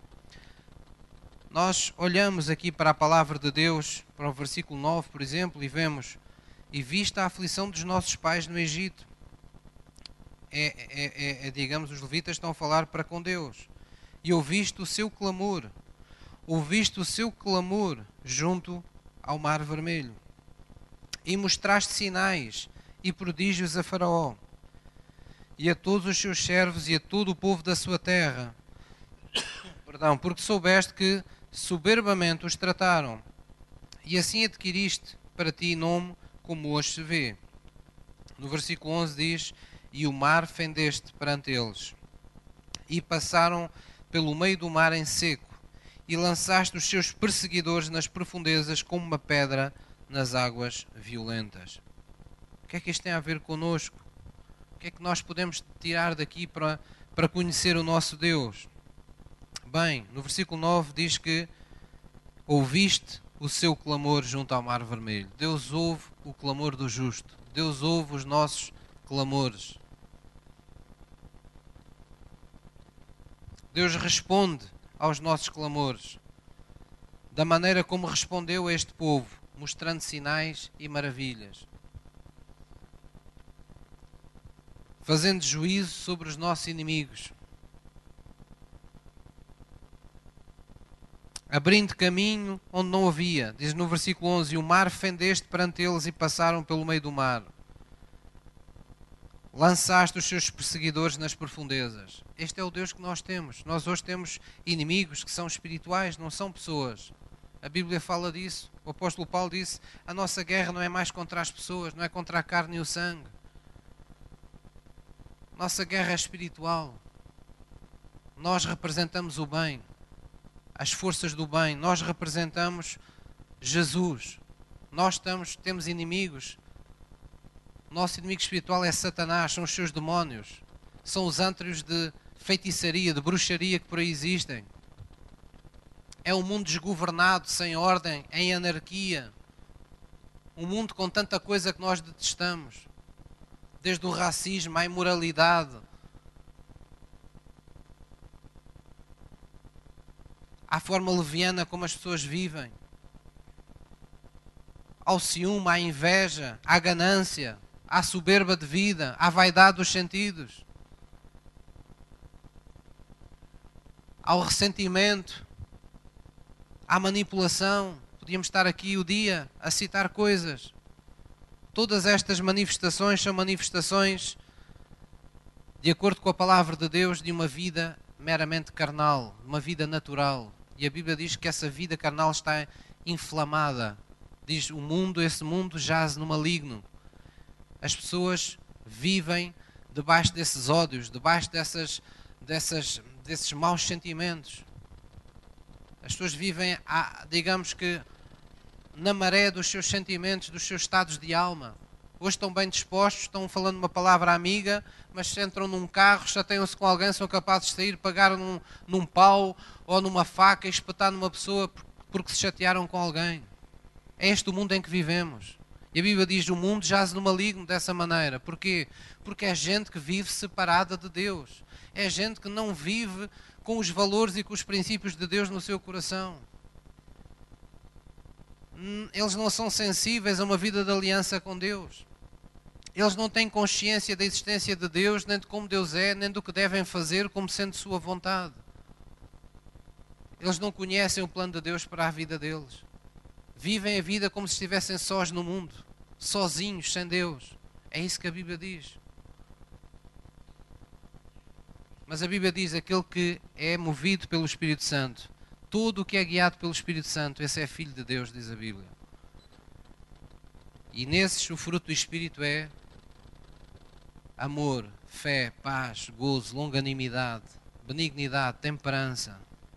Nós olhamos aqui para a palavra de Deus, para o versículo nove, por exemplo, e vemos: e vista a aflição dos nossos pais no Egito. É, é, é, é, digamos, os levitas estão a falar para com Deus. E ouviste o seu clamor. Ouviste o seu clamor junto ao Mar Vermelho. E mostraste sinais e prodígios a Faraó e a todos os seus servos e a todo o povo da sua terra. Perdão, porque soubeste que soberbamente os trataram, e assim adquiriste para ti nome como hoje se vê. No versículo onze diz: e o mar fendeste perante eles, e passaram pelo meio do mar em seco, e lançaste os seus perseguidores nas profundezas como uma pedra nas águas violentas. O que é que isto tem a ver connosco? O que é que nós podemos tirar daqui para, para conhecer o nosso Deus? Bem, no versículo nove diz que ouviste o seu clamor junto ao mar vermelho. Deus ouve o clamor do justo. Deus ouve os nossos clamores. Deus responde aos nossos clamores da maneira como respondeu a este povo, mostrando sinais e maravilhas, fazendo juízo sobre os nossos inimigos, abrindo caminho onde não havia. Diz no versículo onze: e o mar fendeste perante eles e passaram pelo meio do mar. Lançaste os seus perseguidores nas profundezas. Este é o Deus que nós temos. Nós hoje temos inimigos que são espirituais, não são pessoas. A Bíblia fala disso. O apóstolo Paulo disse: a nossa guerra não é mais contra as pessoas, não é contra a carne e o sangue. Nossa guerra é espiritual. Nós representamos o bem, as forças do bem. Nós representamos Jesus. Nós estamos, temos inimigos. O nosso inimigo espiritual é Satanás, são os seus demónios. São os antrios de feitiçaria, de bruxaria que por aí existem. É um mundo desgovernado, sem ordem, em anarquia. Um mundo com tanta coisa que nós detestamos. Desde o racismo à imoralidade, à forma leviana como as pessoas vivem, ao ciúme, à inveja, à ganância, à soberba de vida, à vaidade dos sentidos, ao ressentimento, à manipulação. Podíamos estar aqui o dia a citar coisas. Todas estas manifestações são manifestações, de acordo com a palavra de Deus, de uma vida meramente carnal, uma vida natural. E a Bíblia diz que essa vida carnal está inflamada. Diz: o mundo, esse mundo jaz no maligno. As pessoas vivem debaixo desses ódios, debaixo dessas, dessas, desses maus sentimentos. As pessoas vivem, digamos que, na maré dos seus sentimentos, dos seus estados de alma. Hoje estão bem dispostos, estão falando uma palavra amiga, mas se entram num carro, chateiam-se com alguém, são capazes de sair, pegar num, num pau ou numa faca e espetar numa pessoa porque se chatearam com alguém. É este o mundo em que vivemos. E a Bíblia diz: o mundo jaz no maligno dessa maneira. Porquê? Porque é gente que vive separada de Deus. É gente que não vive com os valores e com os princípios de Deus no seu coração. Eles não são sensíveis a uma vida de aliança com Deus. Eles não têm consciência da existência de Deus, nem de como Deus é, nem do que devem fazer como sendo sua vontade. Eles não conhecem o plano de Deus para a vida deles. Vivem a vida como se estivessem sós no mundo, sozinhos, sem Deus. É isso que a Bíblia diz. Mas a Bíblia diz: aquele que é movido pelo Espírito Santo, todo o que é guiado pelo Espírito Santo, esse é filho de Deus, diz a Bíblia. E nesses o fruto do Espírito é amor, fé, paz, gozo, longanimidade, benignidade, temperança.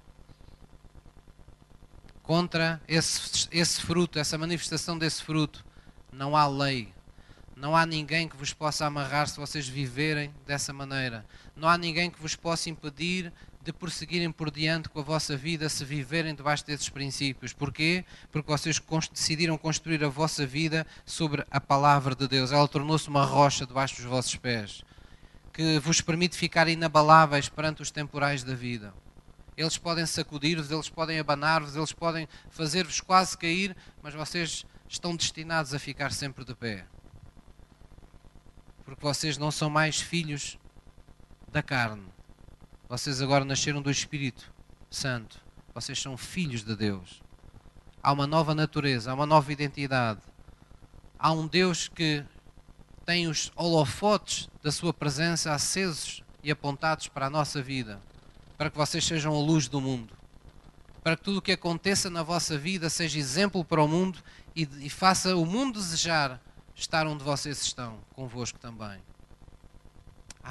Contra esse, esse fruto, essa manifestação desse fruto, não há lei. Não há ninguém que vos possa amarrar se vocês viverem dessa maneira. Não há ninguém que vos possa impedir de prosseguirem por diante com a vossa vida se viverem debaixo desses princípios. Porquê? Porque vocês decidiram construir a vossa vida sobre a palavra de Deus. Ela tornou-se uma rocha debaixo dos vossos pés, que vos permite ficar inabaláveis perante os temporais da vida. Eles podem sacudir-vos, eles podem abanar-vos, eles podem fazer-vos quase cair, mas vocês estão destinados a ficar sempre de pé. Porque vocês não são mais filhos da carne. Vocês agora nasceram do Espírito Santo. Vocês são filhos de Deus. Há uma nova natureza, há uma nova identidade. Há um Deus que tem os holofotes da sua presença acesos e apontados para a nossa vida, para que vocês sejam a luz do mundo, para que tudo o que aconteça na vossa vida seja exemplo para o mundo e, e faça o mundo desejar estar onde vocês estão, convosco também.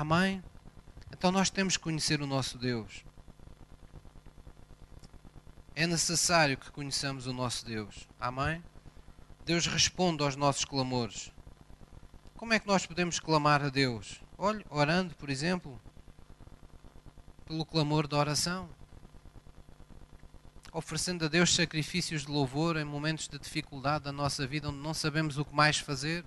Amém? Então nós temos que conhecer o nosso Deus. É necessário que conheçamos o nosso Deus. Amém? Deus responde aos nossos clamores. Como é que nós podemos clamar a Deus? Olhe, orando, por exemplo, pelo clamor da oração. Oferecendo a Deus sacrifícios de louvor em momentos de dificuldade da nossa vida, onde não sabemos o que mais fazer.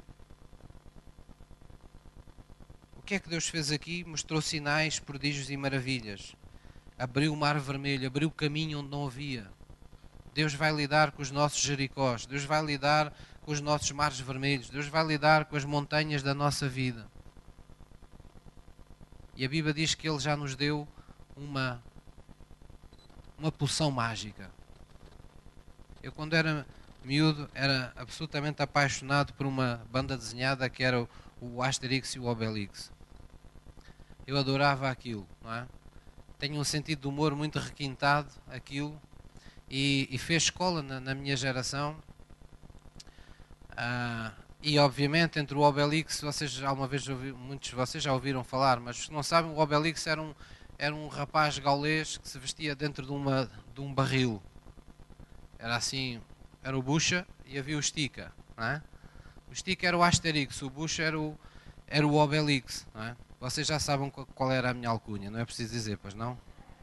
O que é que Deus fez aqui? Mostrou sinais, prodígios e maravilhas. Abriu o mar vermelho, abriu o caminho onde não havia. Deus vai lidar com os nossos Jericós, Deus vai lidar com os nossos mares vermelhos, Deus vai lidar com as montanhas da nossa vida. E a Bíblia diz que Ele já nos deu uma, uma poção mágica. Eu, quando era miúdo, era absolutamente apaixonado por uma banda desenhada que era o, o Asterix e o Obelix. Eu adorava aquilo, não é? Tenho um sentido de humor muito requintado, aquilo, e, e fez escola na, na minha geração. Ah, e obviamente entre o Obelix, vocês já uma vez ouviram, muitos de vocês já ouviram falar, mas se não sabem, o Obelix era um, era um rapaz gaulês que se vestia dentro de, uma, de um barril. Era assim, era o Bucha e havia o Stica, não é? O Stica era o Asterix, o Bucha era o, era o Obelix, não é? Vocês já sabem qual era a minha alcunha, não é preciso dizer, pois não?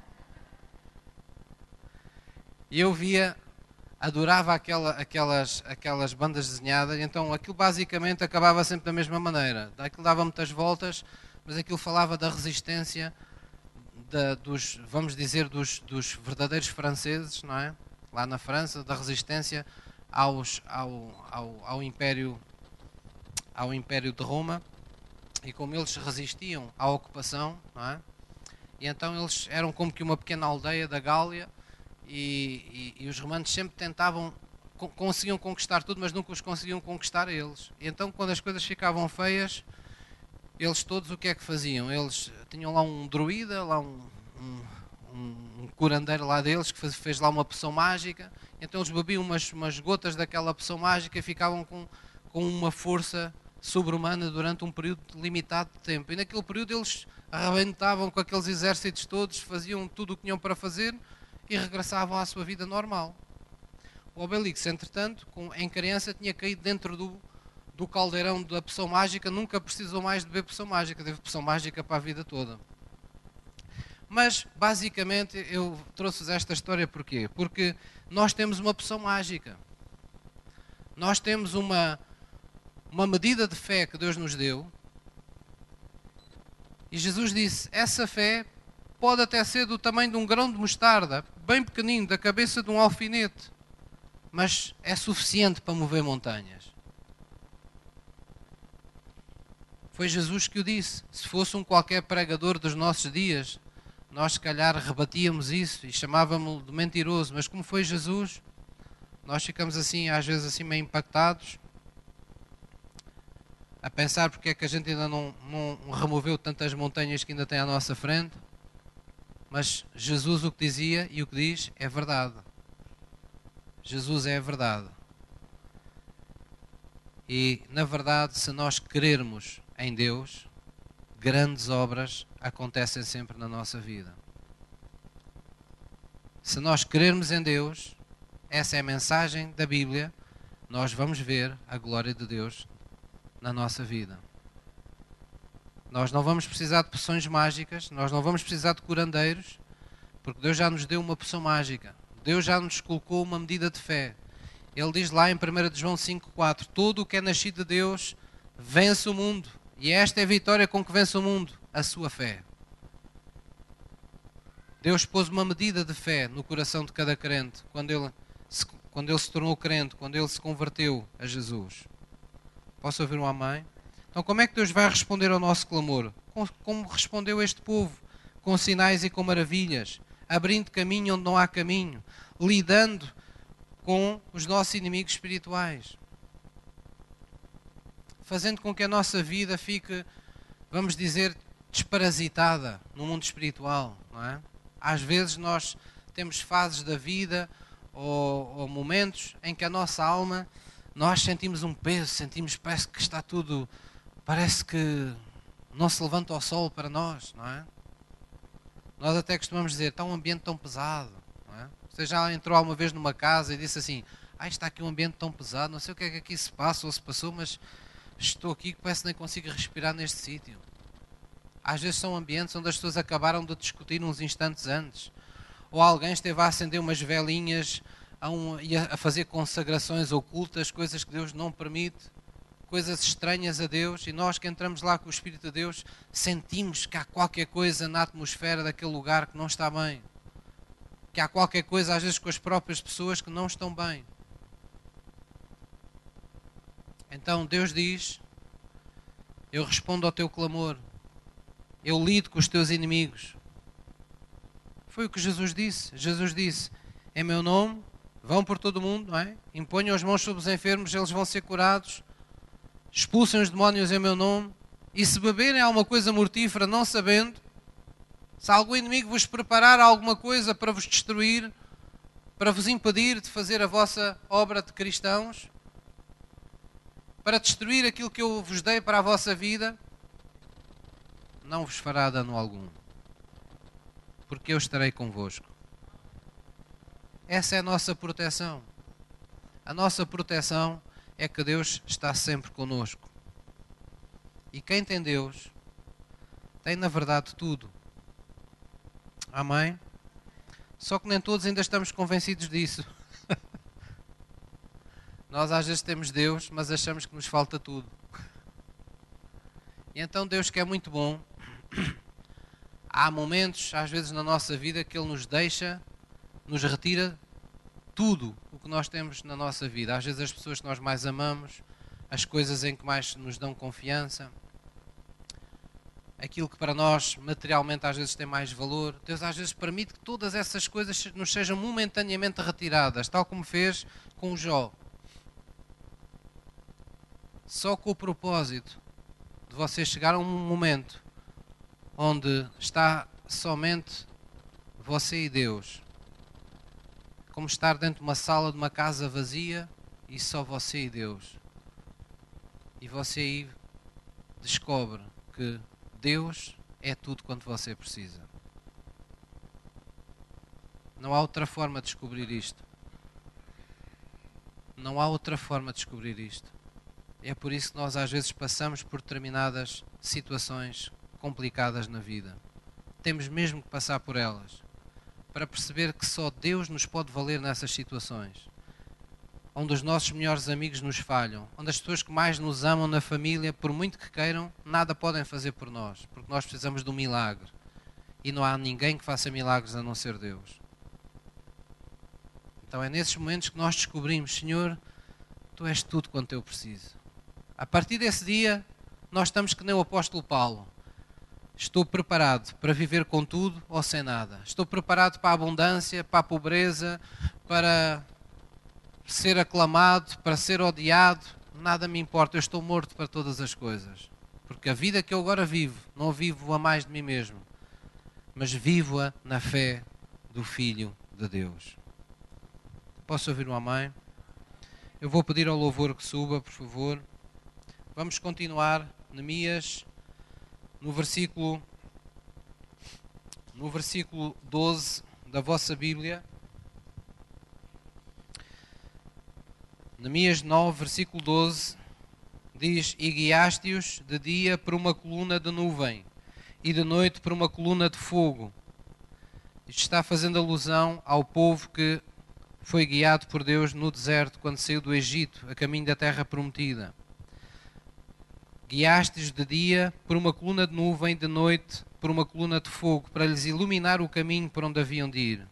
E eu via, adorava aquela, aquelas, aquelas bandas desenhadas, então aquilo basicamente acabava sempre da mesma maneira. Aquilo dava muitas voltas, mas aquilo falava da resistência, da, dos, vamos dizer, dos, dos verdadeiros franceses, não é? Lá na França, da resistência aos, ao, ao, ao, Império, ao Império de Roma. E como eles resistiam à ocupação, não é? E então eles eram como que uma pequena aldeia da Gália e, e, e os romanos sempre tentavam, conseguiam conquistar tudo, mas nunca os conseguiam conquistar eles. E então quando as coisas ficavam feias, eles todos o que é que faziam? Eles tinham lá um druida, lá um, um, um curandeiro lá deles que fez, fez lá uma poção mágica, então eles bebiam umas, umas gotas daquela poção mágica e ficavam com, com uma força sobre-humana durante um período limitado de tempo. E naquele período eles arrebentavam com aqueles exércitos todos, faziam tudo o que tinham para fazer e regressavam à sua vida normal. O Obelix, entretanto, em criança, tinha caído dentro do, do caldeirão da poção mágica, nunca precisou mais de beber poção mágica, teve poção mágica para a vida toda. Mas, basicamente, eu trouxe-vos esta história porquê? Porque nós temos uma poção mágica. Nós temos uma... uma medida de fé que Deus nos deu, e Jesus disse, essa fé pode até ser do tamanho de um grão de mostarda, bem pequenino, da cabeça de um alfinete, mas é suficiente para mover montanhas. Foi Jesus que o disse. Se fosse um qualquer pregador dos nossos dias, nós se calhar rebatíamos isso e chamávamos-lo de mentiroso, mas como foi Jesus, nós ficamos assim, às vezes assim meio impactados, a pensar porque é que a gente ainda não, não removeu tantas montanhas que ainda tem à nossa frente. Mas Jesus o que dizia e o que diz é verdade. Jesus é a verdade. E, na verdade, se nós crermos em Deus, grandes obras acontecem sempre na nossa vida. Se nós crermos em Deus, essa é a mensagem da Bíblia, nós vamos ver a glória de Deus na nossa vida. Nós não vamos precisar de poções mágicas, nós não vamos precisar de curandeiros, porque Deus já nos deu uma poção mágica. Deus já nos colocou uma medida de fé. Ele diz lá em primeira de João cinco, quatro, todo o que é nascido de Deus vence o mundo. E esta é a vitória com que vence o mundo, a sua fé. Deus pôs uma medida de fé no coração de cada crente, quando ele se, quando ele se tornou crente, quando ele se converteu a Jesus. Posso ouvir um amém? Então como é que Deus vai responder ao nosso clamor? Como respondeu este povo? Com sinais e com maravilhas, abrindo caminho onde não há caminho, lidando com os nossos inimigos espirituais, fazendo com que a nossa vida fique, vamos dizer, desparasitada no mundo espiritual, não é? Às vezes nós temos fases da vida ou, ou momentos em que a nossa alma, nós sentimos um peso, sentimos, parece que está tudo, parece que não se levanta ao sol para nós, não é? Nós até costumamos dizer, está um ambiente tão pesado, não é? Você já entrou alguma vez numa casa e disse assim, ah, está aqui um ambiente tão pesado, não sei o que é que aqui se passa ou se passou, mas estou aqui que parece que nem consigo respirar neste sítio. Às vezes são ambientes onde as pessoas acabaram de discutir uns instantes antes, ou alguém esteve a acender umas velinhas a um, e a fazer consagrações ocultas, coisas que Deus não permite, coisas estranhas a Deus, e nós que entramos lá com o Espírito de Deus sentimos que há qualquer coisa na atmosfera daquele lugar que não está bem, que há qualquer coisa às vezes com as próprias pessoas que não estão bem. Então Deus diz, eu respondo ao teu clamor, eu lido com os teus inimigos. Foi o que Jesus disse. Jesus disse, em meu nome, vão por todo o mundo, não é? Imponham as mãos sobre os enfermos, eles vão ser curados. Expulsem os demónios em meu nome. E se beberem alguma coisa mortífera, não sabendo, se algum inimigo vos preparar alguma coisa para vos destruir, para vos impedir de fazer a vossa obra de cristãos, para destruir aquilo que eu vos dei para a vossa vida, não vos fará dano algum, porque eu estarei convosco. Essa é a nossa proteção. A nossa proteção é que Deus está sempre conosco. E quem tem Deus, tem na verdade tudo. Amém? Só que nem todos ainda estamos convencidos disso. Nós às vezes temos Deus, mas achamos que nos falta tudo. E então Deus, que é muito bom, há momentos, às vezes na nossa vida, que Ele nos deixa, nos retira tudo o que nós temos na nossa vida. Às vezes as pessoas que nós mais amamos, as coisas em que mais nos dão confiança, aquilo que para nós materialmente às vezes tem mais valor. Deus às vezes permite que todas essas coisas nos sejam momentaneamente retiradas, tal como fez com o Jó. Só com o propósito de você chegar a um momento onde está somente você e Deus. Como estar dentro de uma sala de uma casa vazia e só você e Deus. E você aí descobre que Deus é tudo quanto você precisa. Não há outra forma de descobrir isto. Não há outra forma de descobrir isto. É por isso que nós às vezes passamos por determinadas situações complicadas na vida. Temos mesmo que passar por elas para perceber que só Deus nos pode valer nessas situações. Onde os nossos melhores amigos nos falham, onde as pessoas que mais nos amam na família, por muito que queiram, nada podem fazer por nós, porque nós precisamos de um milagre. E não há ninguém que faça milagres a não ser Deus. Então é nesses momentos que nós descobrimos, Senhor, Tu és tudo quanto eu preciso. A partir desse dia, nós estamos que nem o apóstolo Paulo. Estou preparado para viver com tudo ou sem nada. Estou preparado para a abundância, para a pobreza, para ser aclamado, para ser odiado. Nada me importa, eu estou morto para todas as coisas. Porque a vida que eu agora vivo, não vivo a mais de mim mesmo, mas vivo-a na fé do Filho de Deus. Posso ouvir uma amém? Eu vou pedir ao louvor que suba, por favor. Vamos continuar, Neemias, no versículo, no versículo doze da vossa Bíblia. Neemias nove, versículo doze, diz, e guiaste-os de dia por uma coluna de nuvem, e de noite por uma coluna de fogo. Isto está fazendo alusão ao povo que foi guiado por Deus no deserto, quando saiu do Egito, a caminho da terra prometida. Guiastes de dia por uma coluna de nuvem, de noite por uma coluna de fogo, para lhes iluminar o caminho por onde haviam de ir.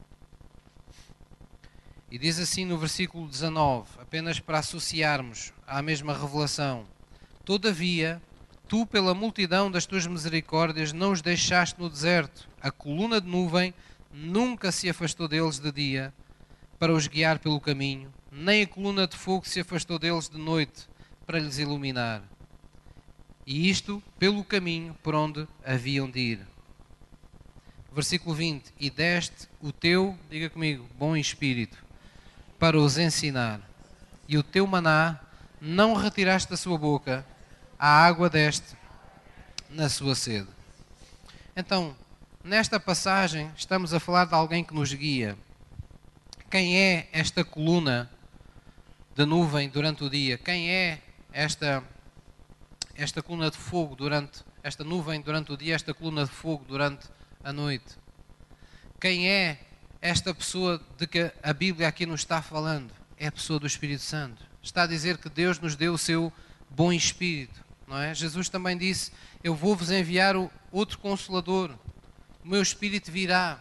E diz assim no versículo dezanove, apenas para associarmos à mesma revelação, todavia, tu pela multidão das tuas misericórdias não os deixaste no deserto. A coluna de nuvem nunca se afastou deles de dia, para os guiar pelo caminho, nem a coluna de fogo se afastou deles de noite, para lhes iluminar. E isto pelo caminho por onde haviam de ir. Versículo vinte. E deste o teu, diga comigo, bom espírito, para os ensinar. E o teu maná não retiraste da sua boca, a água deste na sua sede. Então, nesta passagem estamos a falar de alguém que nos guia. Quem é esta coluna de nuvem durante o dia? Quem é esta, esta coluna de fogo durante, esta nuvem durante o dia, esta coluna de fogo durante a noite? Quem é esta pessoa de que a Bíblia aqui nos está falando? É a pessoa do Espírito Santo. Está a dizer que Deus nos deu o seu bom Espírito, não é? Jesus também disse: eu vou-vos enviar o outro Consolador, o meu Espírito virá.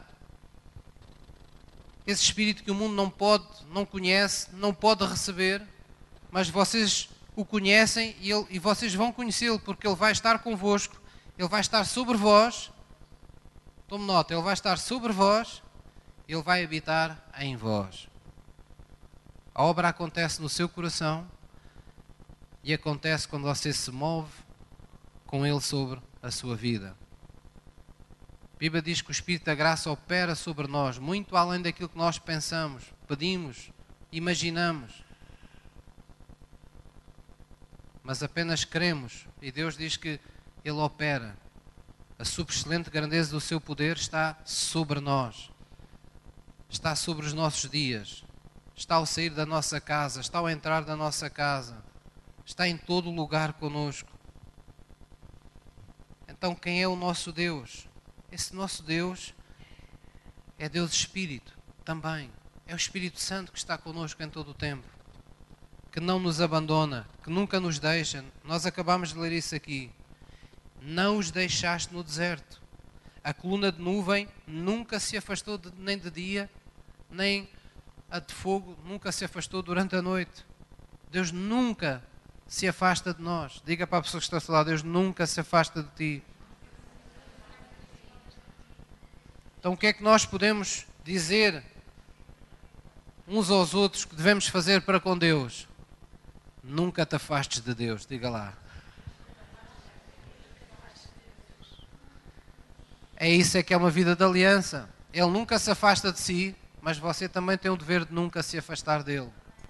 Esse Espírito que o mundo não pode, não conhece, não pode receber, mas vocês o conhecem e, ele, e vocês vão conhecê-lo, porque Ele vai estar convosco, Ele vai estar sobre vós. Tome nota, Ele vai estar sobre vós, Ele vai habitar em vós. A obra acontece no seu coração e acontece quando você se move com Ele sobre a sua vida. A Bíblia diz que o Espírito da Graça opera sobre nós, muito além daquilo que nós pensamos, pedimos, imaginamos. Mas apenas cremos, e Deus diz que Ele opera. A subexcelente grandeza do seu poder está sobre nós, está sobre os nossos dias, está ao sair da nossa casa, está ao entrar da nossa casa, está em todo lugar conosco. Então quem é o nosso Deus? Esse nosso Deus é Deus Espírito também. É o Espírito Santo que está conosco em todo o tempo, que não nos abandona, que nunca nos deixa. Nós acabamos de ler isso aqui. Não os deixaste no deserto. A coluna de nuvem nunca se afastou de, nem de dia, nem a de fogo nunca se afastou durante a noite. Deus nunca se afasta de nós. Diga para a pessoa que está a falar: Deus nunca se afasta de ti. Então o que é que nós podemos dizer uns aos outros que devemos fazer para com Deus? Nunca te afastes de Deus, diga lá. É isso, é que é uma vida de aliança. Ele nunca se afasta de si, mas você também tem o dever de nunca se afastar dele.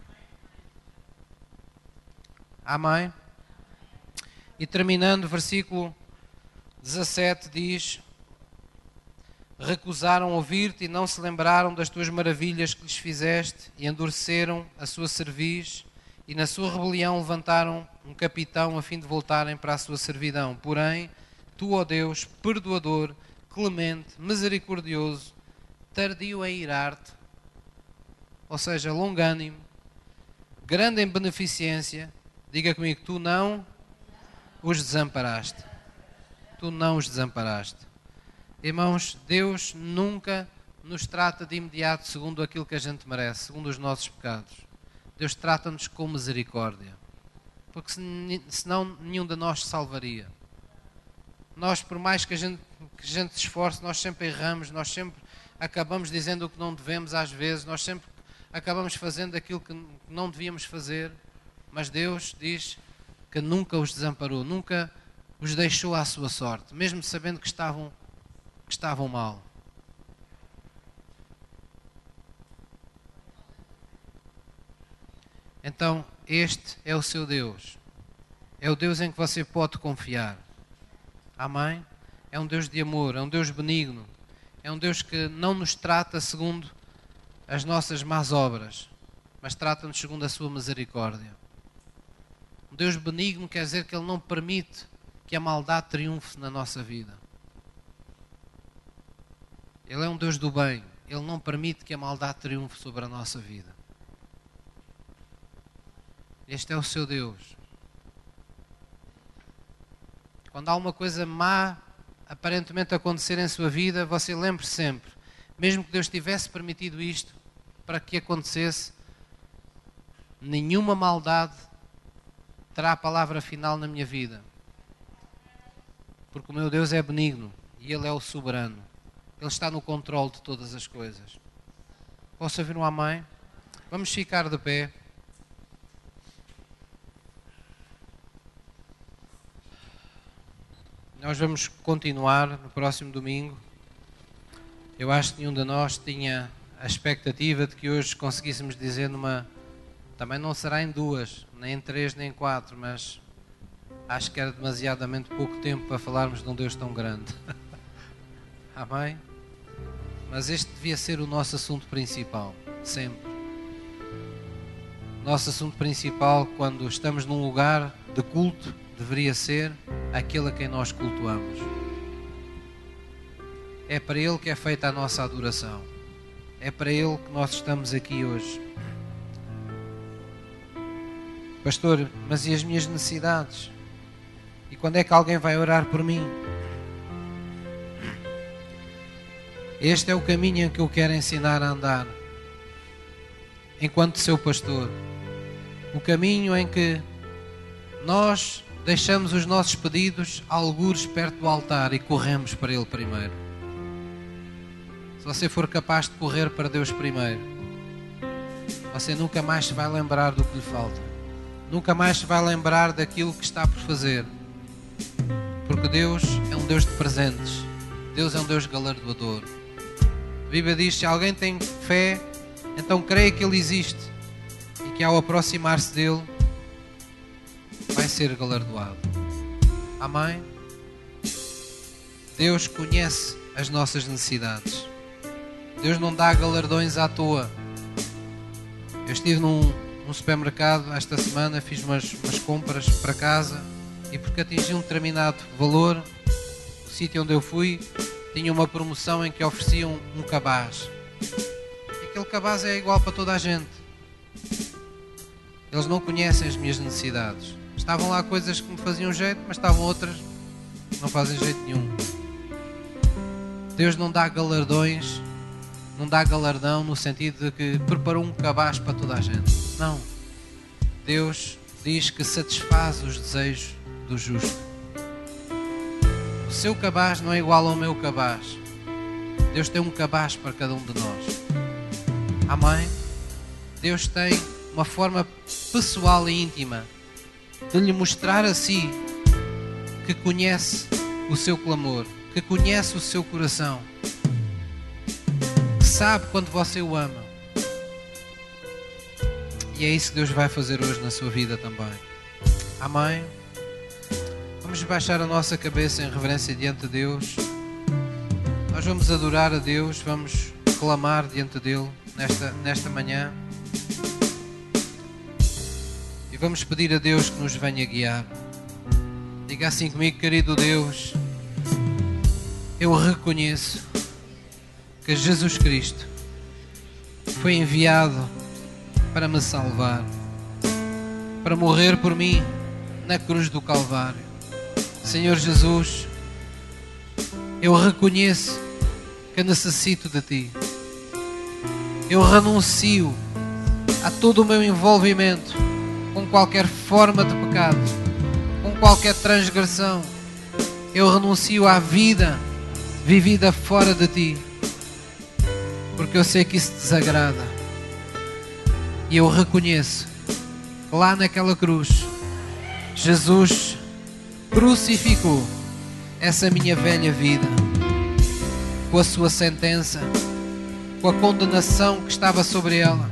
Amém? E terminando, versículo dezassete diz: recusaram ouvir-te e não se lembraram das tuas maravilhas que lhes fizeste, e endureceram a sua cerviz, e na sua rebelião levantaram um capitão a fim de voltarem para a sua servidão. Porém, tu, ó Deus, perdoador, clemente, misericordioso, tardio a irar-te, ou seja, longânimo, grande em beneficência, diga comigo, tu não os desamparaste. Tu não os desamparaste. Irmãos, Deus nunca nos trata de imediato segundo aquilo que a gente merece, segundo os nossos pecados. Deus trata-nos com misericórdia, porque senão nenhum de nós se salvaria. Nós, por mais que a gente, que a gente se esforce, nós sempre erramos, nós sempre acabamos dizendo o que não devemos às vezes, nós sempre acabamos fazendo aquilo que não devíamos fazer, mas Deus diz que nunca os desamparou, nunca os deixou à sua sorte, mesmo sabendo que estavam, que estavam mal. Então, este é o seu Deus. É o Deus em que você pode confiar. Amém? É um Deus de amor, é um Deus benigno. É um Deus que não nos trata segundo as nossas más obras, mas trata-nos segundo a sua misericórdia. Um Deus benigno quer dizer que Ele não permite que a maldade triunfe na nossa vida. Ele é um Deus do bem. Ele não permite que a maldade triunfe sobre a nossa vida. Este é o seu Deus. Quando há uma coisa má aparentemente acontecer em sua vida, você lembre sempre, mesmo que Deus tivesse permitido isto para que acontecesse, nenhuma maldade terá a palavra final na minha vida. Porque o meu Deus é benigno e Ele é o soberano. Ele está no controle de todas as coisas. Posso ouvir um amém? Vamos ficar de pé. Nós vamos continuar no próximo domingo. Eu acho que nenhum de nós tinha a expectativa de que hoje conseguíssemos dizer numa... Também não será em duas, nem em três, nem em quatro, mas acho que era demasiadamente pouco tempo para falarmos de um Deus tão grande. Amém? Mas este devia ser o nosso assunto principal. sempre. Nosso assunto principal, quando estamos num lugar de culto, deveria ser aquele a quem nós cultuamos. É para Ele que é feita a nossa adoração. É para Ele que nós estamos aqui hoje. Pastor, mas e as minhas necessidades? E quando é que alguém vai orar por mim? Este é o caminho em que eu quero ensinar a andar, enquanto seu pastor. O caminho em que nós deixamos os nossos pedidos algures perto do altar e corremos para Ele primeiro. Se você for capaz de correr para Deus primeiro, você nunca mais se vai lembrar do que lhe falta. Nunca mais se vai lembrar daquilo que está por fazer. Porque Deus é um Deus de presentes. Deus é um Deus galardoador. A Bíblia diz: se alguém tem fé, então creia que Ele existe e que ao aproximar-se dEle vai ser galardoado. Amém? Deus conhece as nossas necessidades. Deus não dá galardões à toa. Eu estive num, num supermercado esta semana, fiz umas, umas compras para casa e porque atingi um determinado valor, o sítio onde eu fui tinha uma promoção em que ofereciam um cabaz. E aquele cabaz é igual para toda a gente. Eles não conhecem as minhas necessidades. Estavam lá coisas que me faziam jeito, mas estavam outras que não fazem jeito nenhum. Deus não dá galardões, não dá galardão no sentido de que preparou um cabaz para toda a gente. Não. Deus diz que satisfaz os desejos do justo. O seu cabaz não é igual ao meu cabaz. Deus tem um cabaz para cada um de nós. Amém? Deus tem uma forma pessoal e íntima de lhe mostrar a si que conhece o seu clamor, que conhece o seu coração, que sabe quando você o ama. E é isso que Deus vai fazer hoje na sua vida também. Amém? Vamos baixar a nossa cabeça em reverência diante de Deus. Nós vamos adorar a Deus, vamos clamar diante dEle nesta, nesta manhã. E vamos pedir a Deus que nos venha guiar. Diga assim comigo: querido Deus, eu reconheço que Jesus Cristo foi enviado para me salvar, para morrer por mim na cruz do Calvário. Senhor Jesus, eu reconheço que necessito de Ti. Eu renuncio a todo o meu envolvimento com qualquer forma de pecado, com qualquer transgressão. Eu renuncio à vida vivida fora de Ti, porque eu sei que isso te desagrada. E eu reconheço que lá naquela cruz, Jesus crucificou essa minha velha vida com a sua sentença, com a condenação que estava sobre ela,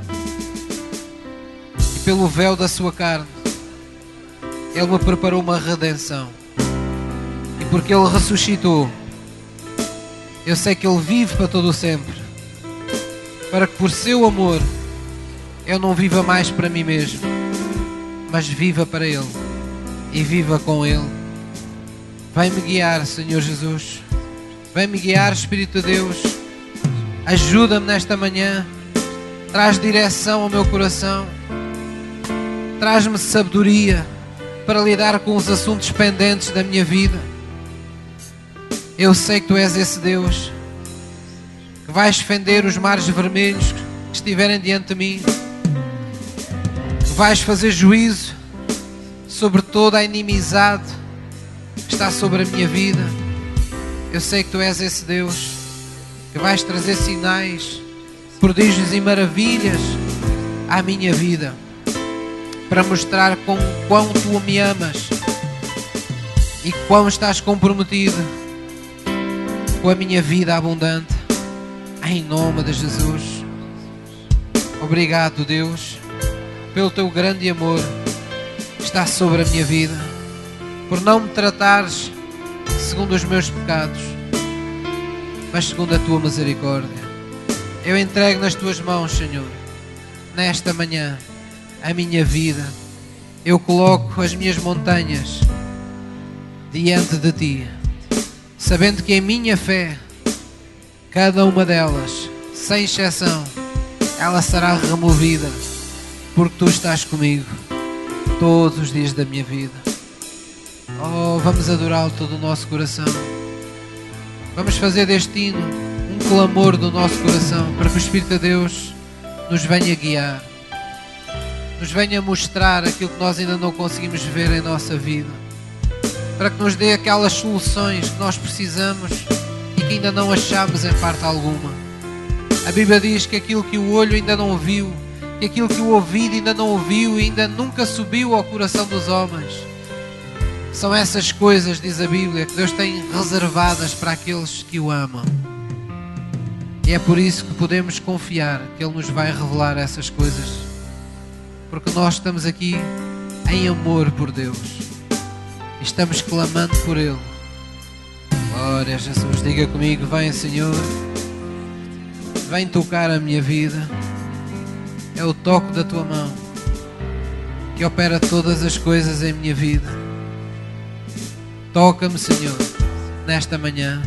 e pelo véu da sua carne Ele me preparou uma redenção. E porque Ele ressuscitou, eu sei que Ele vive para todo o sempre, para que por seu amor eu não viva mais para mim mesmo, mas viva para Ele e viva com Ele. Vai-me guiar, Senhor Jesus. Vai-me guiar, Espírito de Deus. Ajuda-me nesta manhã. Traz direção ao meu coração. Traz-me sabedoria para lidar com os assuntos pendentes da minha vida. Eu sei que Tu és esse Deus que vais fender os mares vermelhos que estiverem diante de mim, que vais fazer juízo sobre toda a inimizade que está sobre a minha vida. Eu sei que Tu és esse Deus que vais trazer sinais, prodígios e maravilhas à minha vida, para mostrar com quão Tu me amas e quão estás comprometido com a minha vida abundante. Em nome de Jesus. Obrigado, Deus, pelo Teu grande amor que está sobre a minha vida, por não me tratares segundo os meus pecados, mas segundo a Tua misericórdia. Eu entrego nas Tuas mãos, Senhor, nesta manhã, a minha vida. Eu coloco as minhas montanhas diante de Ti, sabendo que em minha fé, cada uma delas, sem exceção, ela será removida, porque Tu estás comigo todos os dias da minha vida. Oh, vamos adorá-lo todo o nosso coração. Vamos fazer deste hino um clamor do nosso coração, para que o Espírito de Deus nos venha guiar, nos venha mostrar aquilo que nós ainda não conseguimos ver em nossa vida, para que nos dê aquelas soluções que nós precisamos e que ainda não achamos em parte alguma. A Bíblia diz que aquilo que o olho ainda não viu, que aquilo que o ouvido ainda não ouviu e ainda nunca subiu ao coração dos homens, são essas coisas, diz a Bíblia, que Deus tem reservadas para aqueles que o amam. E é por isso que podemos confiar que Ele nos vai revelar essas coisas, porque nós estamos aqui em amor por Deus e estamos clamando por Ele. Glória a Jesus. Diga comigo: vem, Senhor, vem tocar a minha vida. É o toque da Tua mão que opera todas as coisas em minha vida. Toca-me, Senhor, nesta manhã,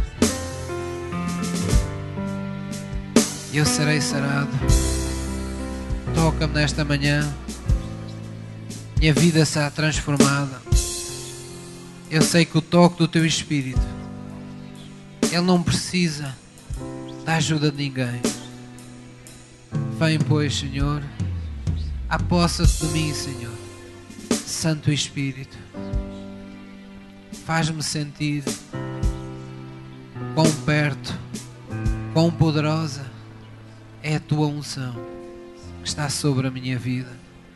e eu serei sarado. Toca-me nesta manhã, minha vida será transformada. Eu sei que o toque do Teu Espírito, Ele não precisa da ajuda de ninguém. Vem, pois, Senhor, apossa-te de mim, Senhor, Santo Espírito. Faz-me sentir quão perto, quão poderosa é a Tua unção que está sobre a minha vida.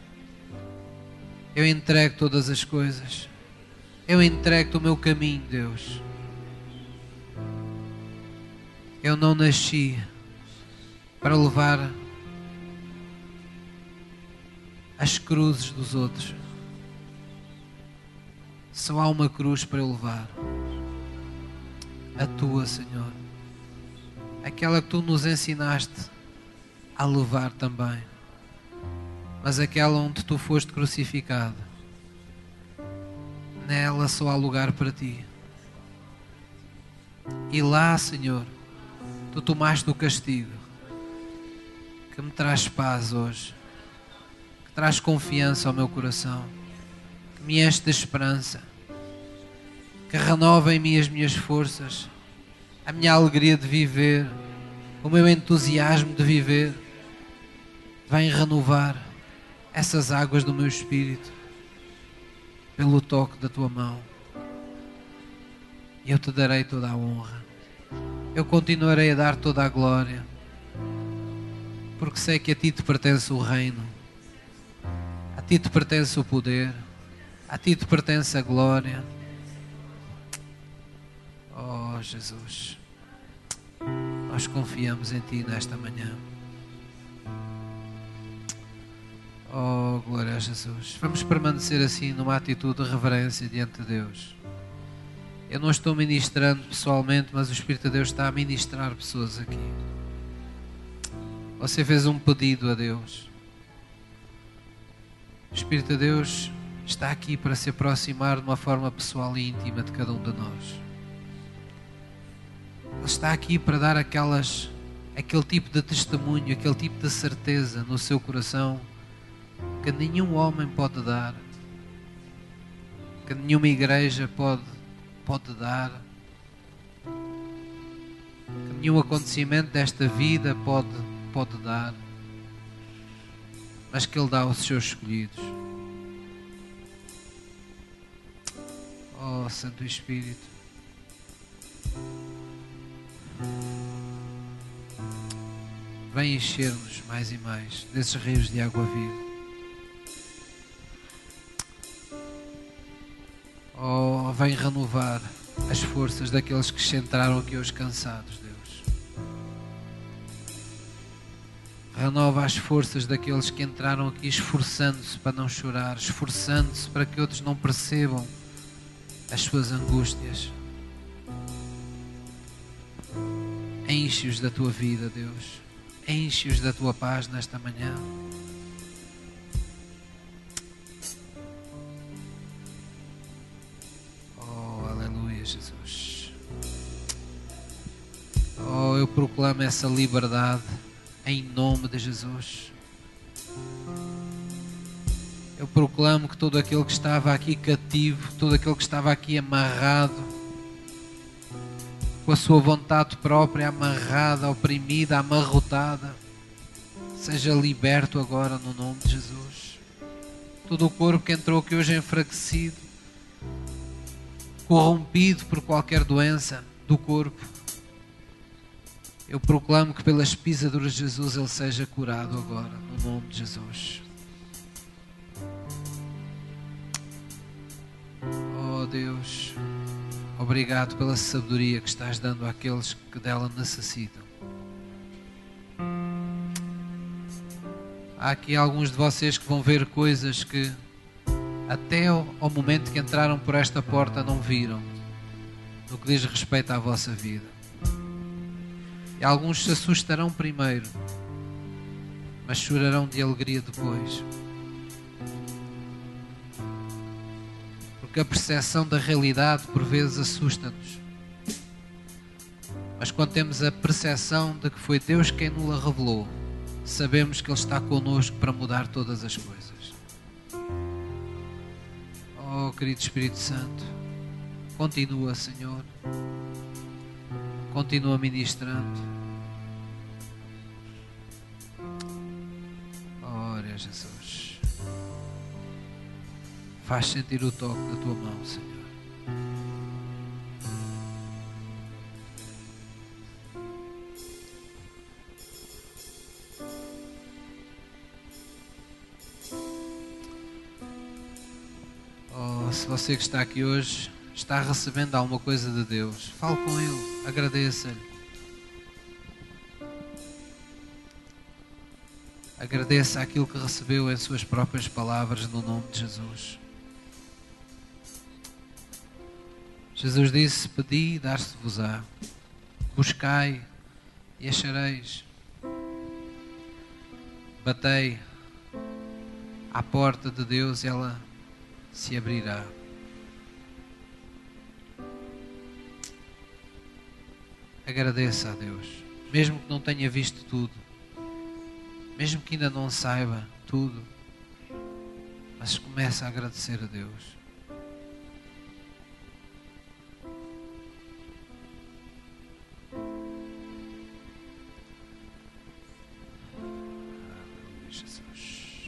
Eu entrego todas as coisas. Eu entrego o meu caminho, Deus. Eu não nasci para levar as cruzes dos outros. Só há uma cruz para eu levar. A Tua, Senhor. Aquela que Tu nos ensinaste a levar também. Mas aquela onde Tu foste crucificado. Nela só há lugar para Ti. E lá, Senhor, Tu tomaste o castigo que me traz paz hoje, que traz confiança ao meu coração, que me enche de esperança, que renova em mim as minhas forças, a minha alegria de viver, o meu entusiasmo de viver. Vem renovar essas águas do meu espírito pelo toque da Tua mão. E eu Te darei toda a honra. Eu continuarei a dar toda a glória, porque sei que a Ti Te pertence o reino, a Ti Te pertence o poder, a Ti Te pertence a glória. Oh, Jesus, nós confiamos em Ti nesta manhã. Oh, glória a Jesus. Vamos permanecer assim numa atitude de reverência diante de Deus. Eu não estou ministrando pessoalmente, mas o Espírito de Deus está a ministrar pessoas aqui. Você fez um pedido a Deus. O Espírito de Deus está aqui para se aproximar de uma forma pessoal e íntima de cada um de nós. Ele está aqui para dar aquelas, aquele tipo de testemunho, aquele tipo de certeza no seu coração que nenhum homem pode dar, que nenhuma igreja pode, pode dar, que nenhum acontecimento desta vida pode, pode dar, mas que Ele dá aos seus escolhidos. Oh, Santo Espírito, vem encher-nos mais e mais desses rios de água viva. Oh, vem renovar as forças daqueles que se entraram aqui hoje cansados, Deus. Renova as forças daqueles que entraram aqui esforçando-se para não chorar, esforçando-se para que outros não percebam as suas angústias. Enche-os da Tua vida, Deus. Enche-os da Tua paz nesta manhã. eu proclamo essa liberdade em nome de Jesus. Eu proclamo que todo aquele que estava aqui cativo, todo aquele que estava aqui amarrado, com a sua vontade própria amarrada, oprimida, amarrotada, seja liberto agora no nome de Jesus. Todo o corpo que entrou aqui hoje enfraquecido, corrompido por qualquer doença do corpo, eu proclamo que pelas pisaduras de Jesus ele seja curado agora, no nome de Jesus. Oh Deus, obrigado pela sabedoria que estás dando àqueles que dela necessitam. Há aqui alguns de vocês que vão ver coisas que até ao momento que entraram por esta porta não viram, no que diz respeito à vossa vida. E alguns se assustarão primeiro, mas chorarão de alegria depois. Porque a percepção da realidade por vezes assusta-nos. Mas quando temos a percepção de que foi Deus quem nos a revelou, sabemos que Ele está connosco para mudar todas as coisas. Oh, querido Espírito Santo, continua, Senhor. Continua ministrando. Ora, Jesus. Faz sentir o toque da tua mão, Senhor. Oh, se você que está aqui hoje está recebendo alguma coisa de Deus, fale com Ele, agradeça-lhe. Agradeça aquilo que recebeu em suas próprias palavras no nome de Jesus. Jesus disse: pedi e dar-se-vos-á, buscai e achareis, batei à porta de Deus e ela se abrirá. Agradeça a Deus, mesmo que não tenha visto tudo, mesmo que ainda não saiba tudo, mas comece a agradecer a Deus. Aleluia, Jesus.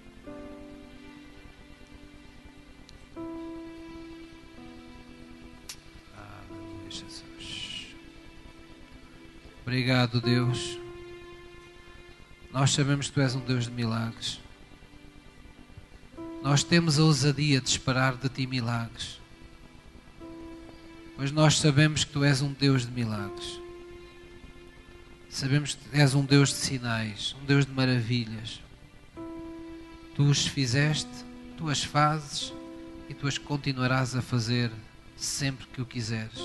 Aleluia, Jesus. Obrigado, Deus. Nós sabemos que Tu és um Deus de milagres. Nós temos a ousadia de esperar de Ti milagres, pois nós sabemos que Tu és um Deus de milagres. Sabemos que és um Deus de sinais, um Deus de maravilhas. Tu os fizeste, Tu as fazes e Tu as continuarás a fazer sempre que o quiseres.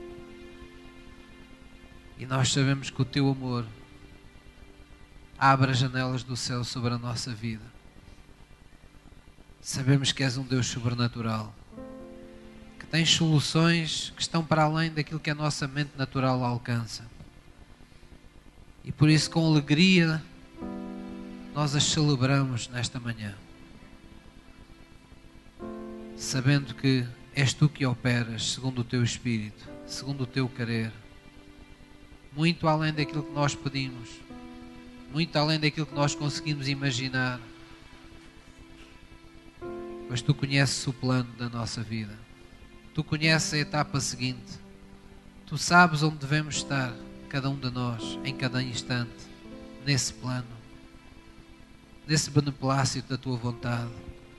E nós sabemos que o Teu amor abre as janelas do céu sobre a nossa vida. Sabemos que és um Deus sobrenatural, que tens soluções que estão para além daquilo que a nossa mente natural alcança. E por isso, com alegria, nós as celebramos nesta manhã, sabendo que és Tu que operas segundo o Teu Espírito, segundo o Teu querer, muito além daquilo que nós pedimos, muito além daquilo que nós conseguimos imaginar, pois Tu conheces o plano da nossa vida, Tu conheces a etapa seguinte, Tu sabes onde devemos estar, cada um de nós, em cada instante, nesse plano, nesse beneplácito da Tua vontade.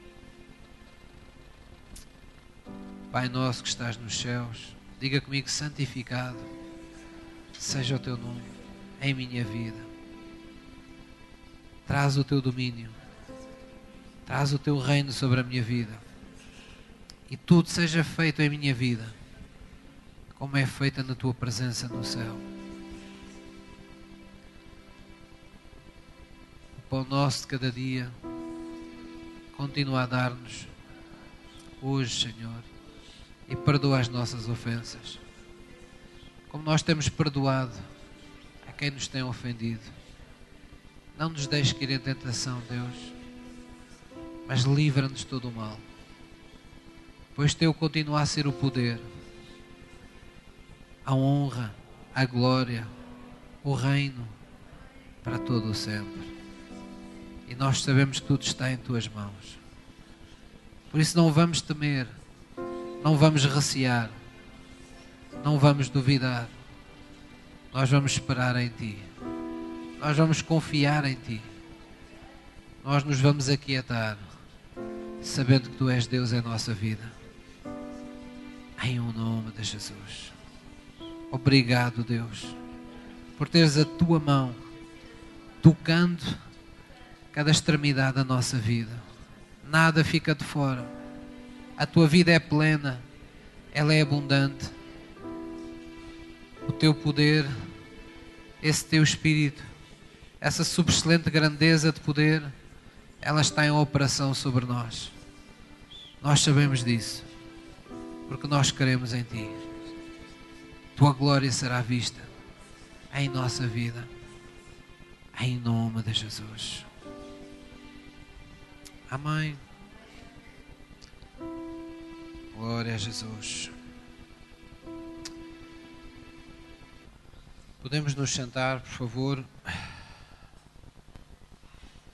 Pai nosso que estás nos céus, diga comigo: santificado seja o Teu nome em minha vida. Traz o Teu domínio, traz o Teu reino sobre a minha vida e tudo seja feito em minha vida como é feita na Tua presença no céu. O pão nosso de cada dia continua a dar-nos hoje, Senhor, e perdoa as nossas ofensas, como nós temos perdoado quem nos tem ofendido. Não nos deixes cair em tentação, Deus, mas livra-nos de todo o mal. Pois Teu continua a ser o poder, a honra, a glória, o reino, para todo o sempre. E nós sabemos que tudo está em Tuas mãos. Por isso não vamos temer, não vamos recear, não vamos duvidar. Nós vamos esperar em Ti. Nós vamos confiar em Ti. Nós nos vamos aquietar, sabendo que Tu és Deus em nossa vida. Em o nome de Jesus. Obrigado, Deus, por teres a Tua mão tocando cada extremidade da nossa vida. Nada fica de fora. A Tua vida é plena, ela é abundante. O Teu poder, esse Teu Espírito, essa subexcelente grandeza de poder, ela está em operação sobre nós. Nós sabemos disso, porque nós queremos em Ti. Tua glória será vista em nossa vida, em nome de Jesus. Amém. Glória a Jesus. Podemos nos sentar, por favor.